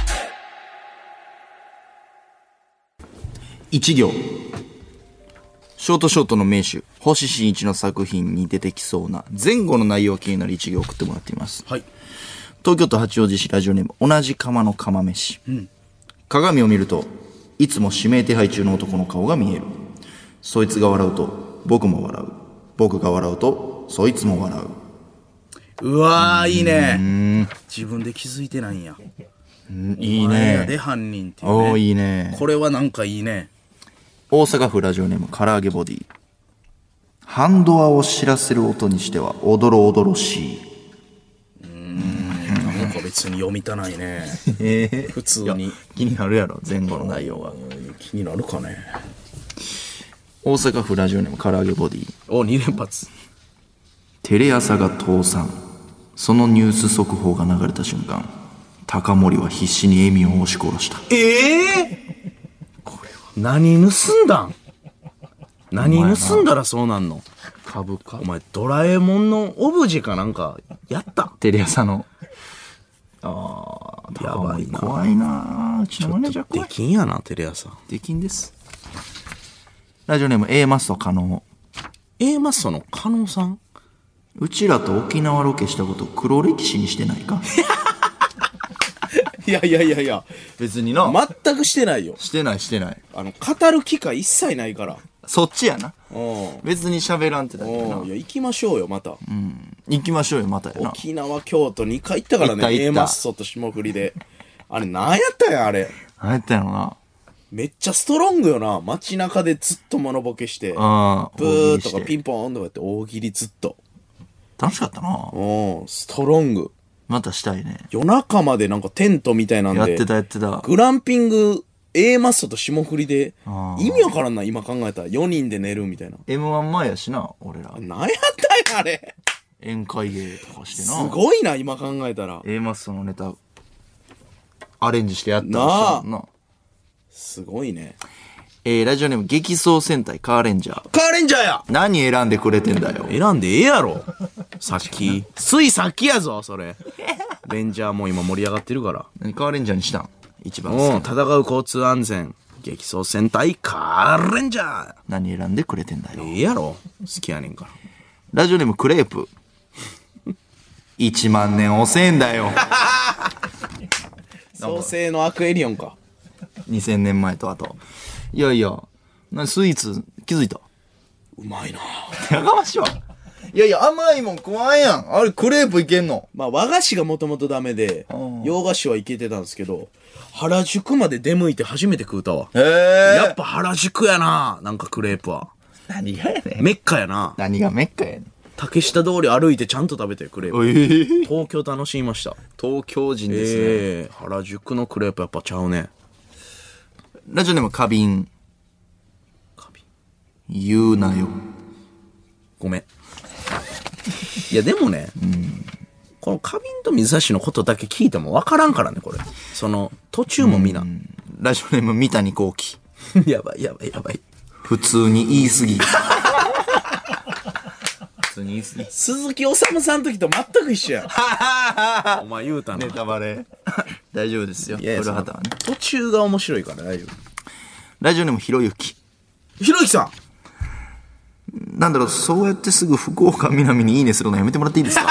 A: え。1行。ショートの名手、星新一の作品に出てきそうな前後の内容が気になる1行を送ってもらっています。
B: はい。
A: 東京都八王子市ラジオネーム、同じ釜の釜飯。鏡を見ると、いつも指名手配中の男の顔が見える。そいつが笑うと、僕も笑う。僕が笑うと、そいつも笑う。
B: うわー、いいね。自分で気づいてないんや。
A: いいね。
B: で犯人っていうね。
A: おー、いいね。
B: これはなんかいいね。
A: 大阪府ラジオネーム、唐揚げボディ。ハンドアを知らせる音にしては、おどろおどろしい。
B: なんか別に読みたないね。普通に。
A: 気になるやろ、前後の内容が。
B: 気になるかね。
A: 大阪府ラジオネーム、唐揚げボディ。
B: お、2連発。
A: テレ朝が倒産。 そのニュース速報が流れた瞬間、高森は必死にエミを押し殺した。
B: 何盗んだん？何盗んだらそうなんの？株か。お前、ドラえもんのオブジェかなんか、やった？
A: テレ朝の。
B: やばいな。
A: 怖いな。うちのマネージャー怖い。
B: できんやな、テレ朝。
A: できんです。ラジオネーム A マスト加納。
B: A マッソの加納さん？
A: うちらと沖縄ロケしたこと黒歴史にしてないか？
B: いや。
A: 別にな。
B: 全くしてないよ。
A: してないしてない。
B: 語る機会一切ないから。
A: そっちやな。
B: うん。
A: 別に喋らんってだけやな。
B: いや、行きましょうよ、また。
A: 行きましょうよ、またやな。
B: 沖縄、京都2回行ったからね。
A: 行った
B: A マッソと霜降りで。あれ、なんやったんや、あれ。
A: 何やったんやろな。
B: めっちゃストロングよな。街中でずっとモノボケして。ブーとかピンポーンとかやって大喜利ずっと。
A: 楽しかったな。
B: ストロング。
A: またしたいね。
B: 夜中までなんかテントみたいなんで。
A: やってた。
B: グランピング、A マッソと霜降りで。意味わからんな、今考えたら。4人で寝るみたいな。
A: M1 前やしな、俺ら。
B: なんやったんや、あれ。
A: 宴会芸とかしてな。
B: すごいな、今考えたら。
A: A マッソのネタ、アレンジしてやったりしたもんな。
B: すごいね。
A: ラジオネーム激走戦隊カーレンジャー。
B: カーレンジャーや！
A: 何選んでくれてんだよ。
B: 選んでええやろ。さっき。ついさっきやぞ、それ。レンジャーも今盛り上がってるから。
A: 何カーレンジャーにしたん？一番好き。
B: 戦う交通安全。激走戦隊カーレンジャー。
A: 何選んでくれてんだよ。
B: ええやろ。好きやねんから。
A: ラジオネームクレープ。1万年遅えんだよ。
B: 創世のアクエリオンか。
A: 2000年前とあと。いや、スイーツ気づいた？
B: うまいな。
A: やかましいわ。いや、甘いもん食わんやん。あれクレープいけんの？
B: まあ和菓子がもともとダメで、洋菓子はいけてたんですけど、原宿まで出向いて初めて食うたわ。やっぱ原宿やな。なんかクレープは。
A: 何がやねん。
B: メッカやな。
A: 何がメッカやねん。
B: 竹下通り歩いてちゃんと食べてクレープ。東京楽しみました。
A: 東京人ですね。
B: 原宿のクレープやっぱちゃうね。
A: ラジオネーム花瓶。言うなよ。
B: ごめん。いやでもね、この花瓶と水差しのことだけ聞いてもわからんからね、これ。その、途中も見な。
A: ラジオネーム三谷幸喜。
B: やばい。
A: 普通に言い過ぎ。普通に言い過ぎ。
B: 鈴木おさむさんの時と全く一緒や。お前言うたな。
A: ネタバレ。大丈夫ですよ。
B: いや
A: 古畑はね。
B: 途中が面白いから大丈夫。
A: ラジオネームひろゆき。
B: ひろゆきさん。
A: なんだろう、そうやってすぐ福岡みなみにいいねするのやめてもらっていいですか？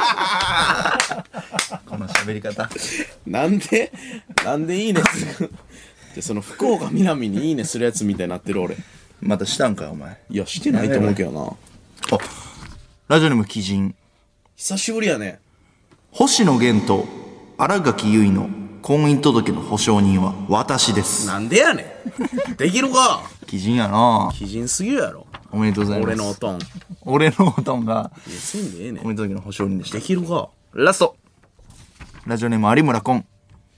A: この喋り方。
B: なんでいいねするで、その福岡みなみにいいねするやつみたいになってる俺。
A: またしたんかよ、お前。
B: いや、してないと思うけどな。
A: ラジオネーム鬼人。
B: 久しぶりやね。
A: 星野源と新垣結衣の婚姻届の保証人は私です。
B: なんでやねん。できるか。
A: 鬼人やな。
B: 鬼人すぎるやろ。
A: おめでとうございます。俺のおとんが
B: せんでええねん。
A: 婚姻届の保証人でした。
B: できるか。
A: ラスト。ラジオネーム有村昆。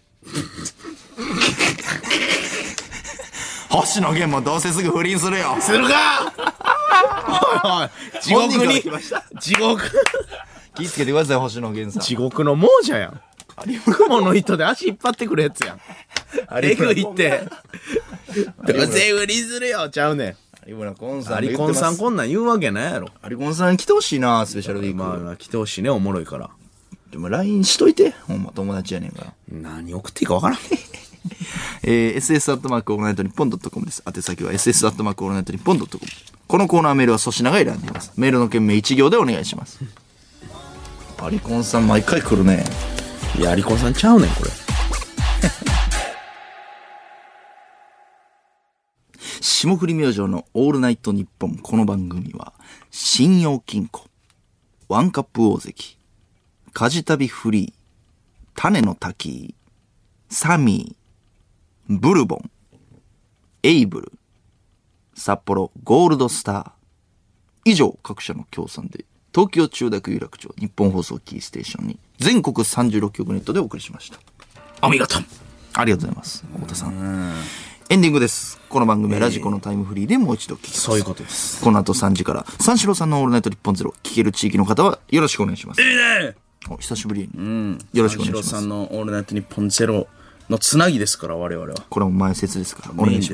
A: 星野源もどうせすぐ不倫するよ。
B: するか。おい地獄に地獄
A: 気ぃつけてください、星野源さん。
B: 地獄の亡者やん。雲の糸で足引っ張ってくるやつやん。えぐいって。どうせ不倫するよちゃうねん。
A: 有村昆さん。
B: アリコンさんこんなん言うわけないやろ。
A: アリコンさん来てほしいな、スペシャルウィーク。
B: まあ来てほしいね、おもろいから。
A: でも LINE しといて。ほんま友達やねんから。
B: 何送っていいかわからんね。
A: ss アットマークオールナイトニッポンドットコムです。宛先は ss アットマークオールナイトニッポンドットコム。このコーナーメールは粗品が選んでいます。メールの件名1行でお願いします。アリコンさん毎回来るね。
B: いや、アリコンさんちゃうねん、これ。
A: 霜降り明星のオールナイトニッポン。この番組は、信用金庫、ワンカップ大関、カジ旅フリー、種の滝、サミー、ブルボン、エイブル、札幌ゴールドスター、以上各社の協賛で、東京千代田区有楽町日本放送キーステーションに全国36局ネットでお送りしました。
B: お見事。
A: ありがとうございます、太田さん。エンディングです。この番組はラジコのタイムフリーでもう一度聞きます。
B: そういうことです。
A: この後3時から三四郎さんのオールナイト日本ゼロ聞ける地域の方はよろしくお願いします。
B: いいね。
A: お久しぶりに。よろしくお願いします。
B: 三四郎さんのオールナイトニッポンゼロのつなぎですから、我々は。
A: これも前説ですから、お願いします。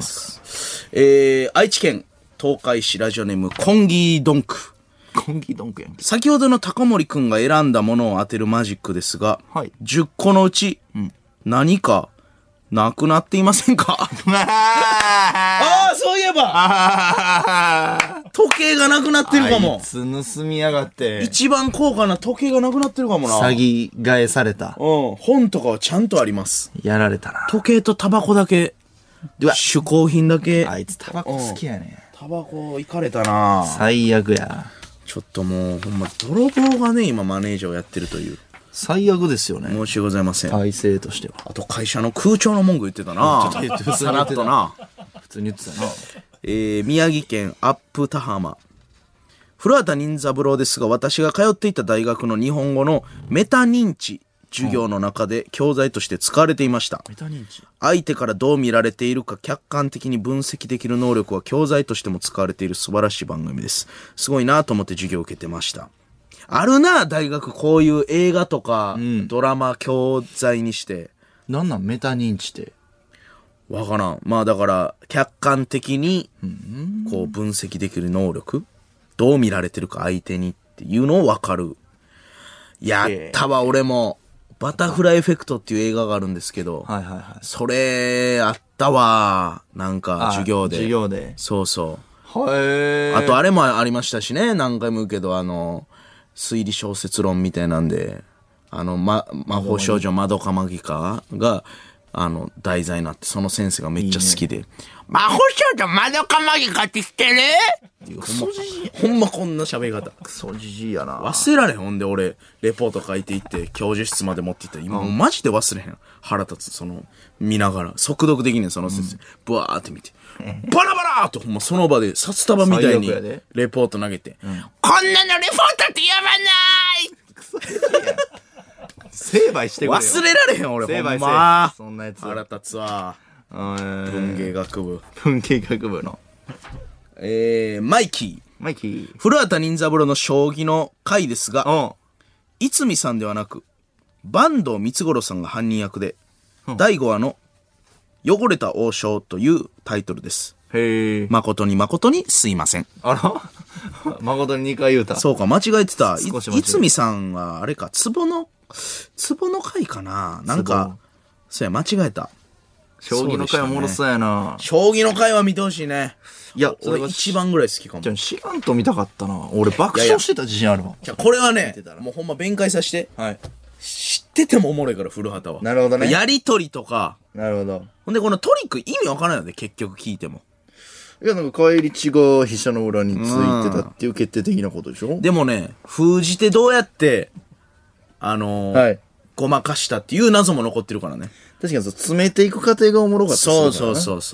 B: 愛知県東海市ラジオネームコンギードンク。
A: コンギドンクやんけ。
B: 先ほどの高森くんが選んだものを当てるマジックですが、
A: はい、
B: 10個のうち、何かなくなっていませんか？ああ、そういえば時計がなくなってるかも。
A: あいつ盗みやがって。
B: 一番高価な時計がなくなってるかもな。
A: 詐欺替えされた。
B: 本とかはちゃんとあります。
A: やられたな。
B: 時計とタバコだけ。嗜好品だけ。
A: あいつタバコ好きやね。
B: タバコ行かれたな。
A: 最悪や。
B: ちょっともう、ほんま、泥棒がね、今マネージャーをやってるという。
A: 最悪ですよね。
B: 申し訳ございません。
A: 体制としては。
B: あと会社の空調の文句言ってたな。
A: ちょっと
B: さらっとな。
A: 普通に言ってたな。
B: 宮城県アップ田浜。古畑任三郎ですが、私が通っていた大学の日本語のメタ認知授業の中で教材として使われていました。
A: メタ認知。
B: 相手からどう見られているか客観的に分析できる能力は教材としても使われている素晴らしい番組です。すごいなと思って授業を受けてました。あるな、大学こういう映画とか、ドラマ教材にして。
A: なんなんメタ認知って。
B: わからん。まあだから、客観的に、こう分析できる能力、どう見られてるか相手にっていうのをわかる。やったわ、俺も。バタフライエフェクトっていう映画があるんですけど、
A: はいはいはい。
B: それ、あったわ。なんか、授業で。
A: 授業で。
B: そうそう。
A: はい。
B: あとあれもありましたしね、何回も言うけど、推理小説論みたいなんで、魔法少女まどかマギカが、題材になって、その先生がめっちゃ好きで、魔法少女まどかマギカって知ってるっていう、ほんまこんな喋り方。
A: クソじじいやな。
B: 忘れられへん。ほんで俺、レポート書いていって、教授室まで持っていったら、今もうマジで忘れへん。腹立つ、見ながら、速読できねん、その先生。ブワーって見て。バラバラーとほんまその場で札束みたいにレポート投げて、こんなのレポートってやばない
A: 成敗してくれよ。
B: 忘れられへん俺
A: 成敗
B: ほんま。
A: そんなやつ。
B: 腹立つわ。文芸学部。
A: 文芸学部の。
B: マイキー。古畑任三郎の将棋の回ですが、逸見さんではなく、坂東光五郎さんが犯人役で、第5話の汚れた王将というタイトルです。
A: へえ。
B: 誠にすいません。
A: あら誠に2回言うた。
B: そうか、間違えてた。
A: 少し間違えた。
B: 逸見さんは、あれか、壺の回かななんか、そうや、間違えた。
A: 将棋の回おもろそうやな。
B: 将棋の回は見てほしいね。
A: いや、
B: 俺一番ぐらい好きかも。
A: じゃあ、知らんと見たかったな。俺爆笑してた自信あるわ。
B: じゃあ、これはね、もうほんま弁解させて。
A: はい。
B: 知っててもおもろいから、古畑は。
A: なるほどね。
B: やりとりとか。
A: なるほど。
B: ほんで、このトリック意味わからないので、結局聞いても。
A: いや、なんか帰り血が飛車の裏についてたっていう決定的なことでしょ。
B: でもね、封じてどうやって、
A: はい。
B: ごまかしたっていう謎も残ってるからね。
A: 確かに詰めていく過程がおもろかった
B: そう。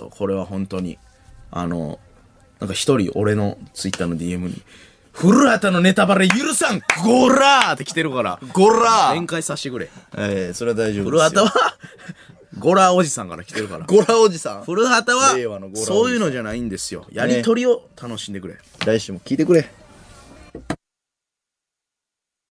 B: これは本当に。なんか一人俺のツイッターの DM に、古畑のネタバレ許さんゴラーって来てるから。
A: ゴラー
B: 弁解させてくれ。
A: それは大丈夫ですよ。
B: 古畑は、ゴラーおじさんから来てるから。
A: ゴラーおじさん。
B: 古畑は
A: 令和のゴラーおじさん、
B: そういうのじゃないんですよ。やりとりを楽しんでくれ。
A: 来週も聞いてくれ。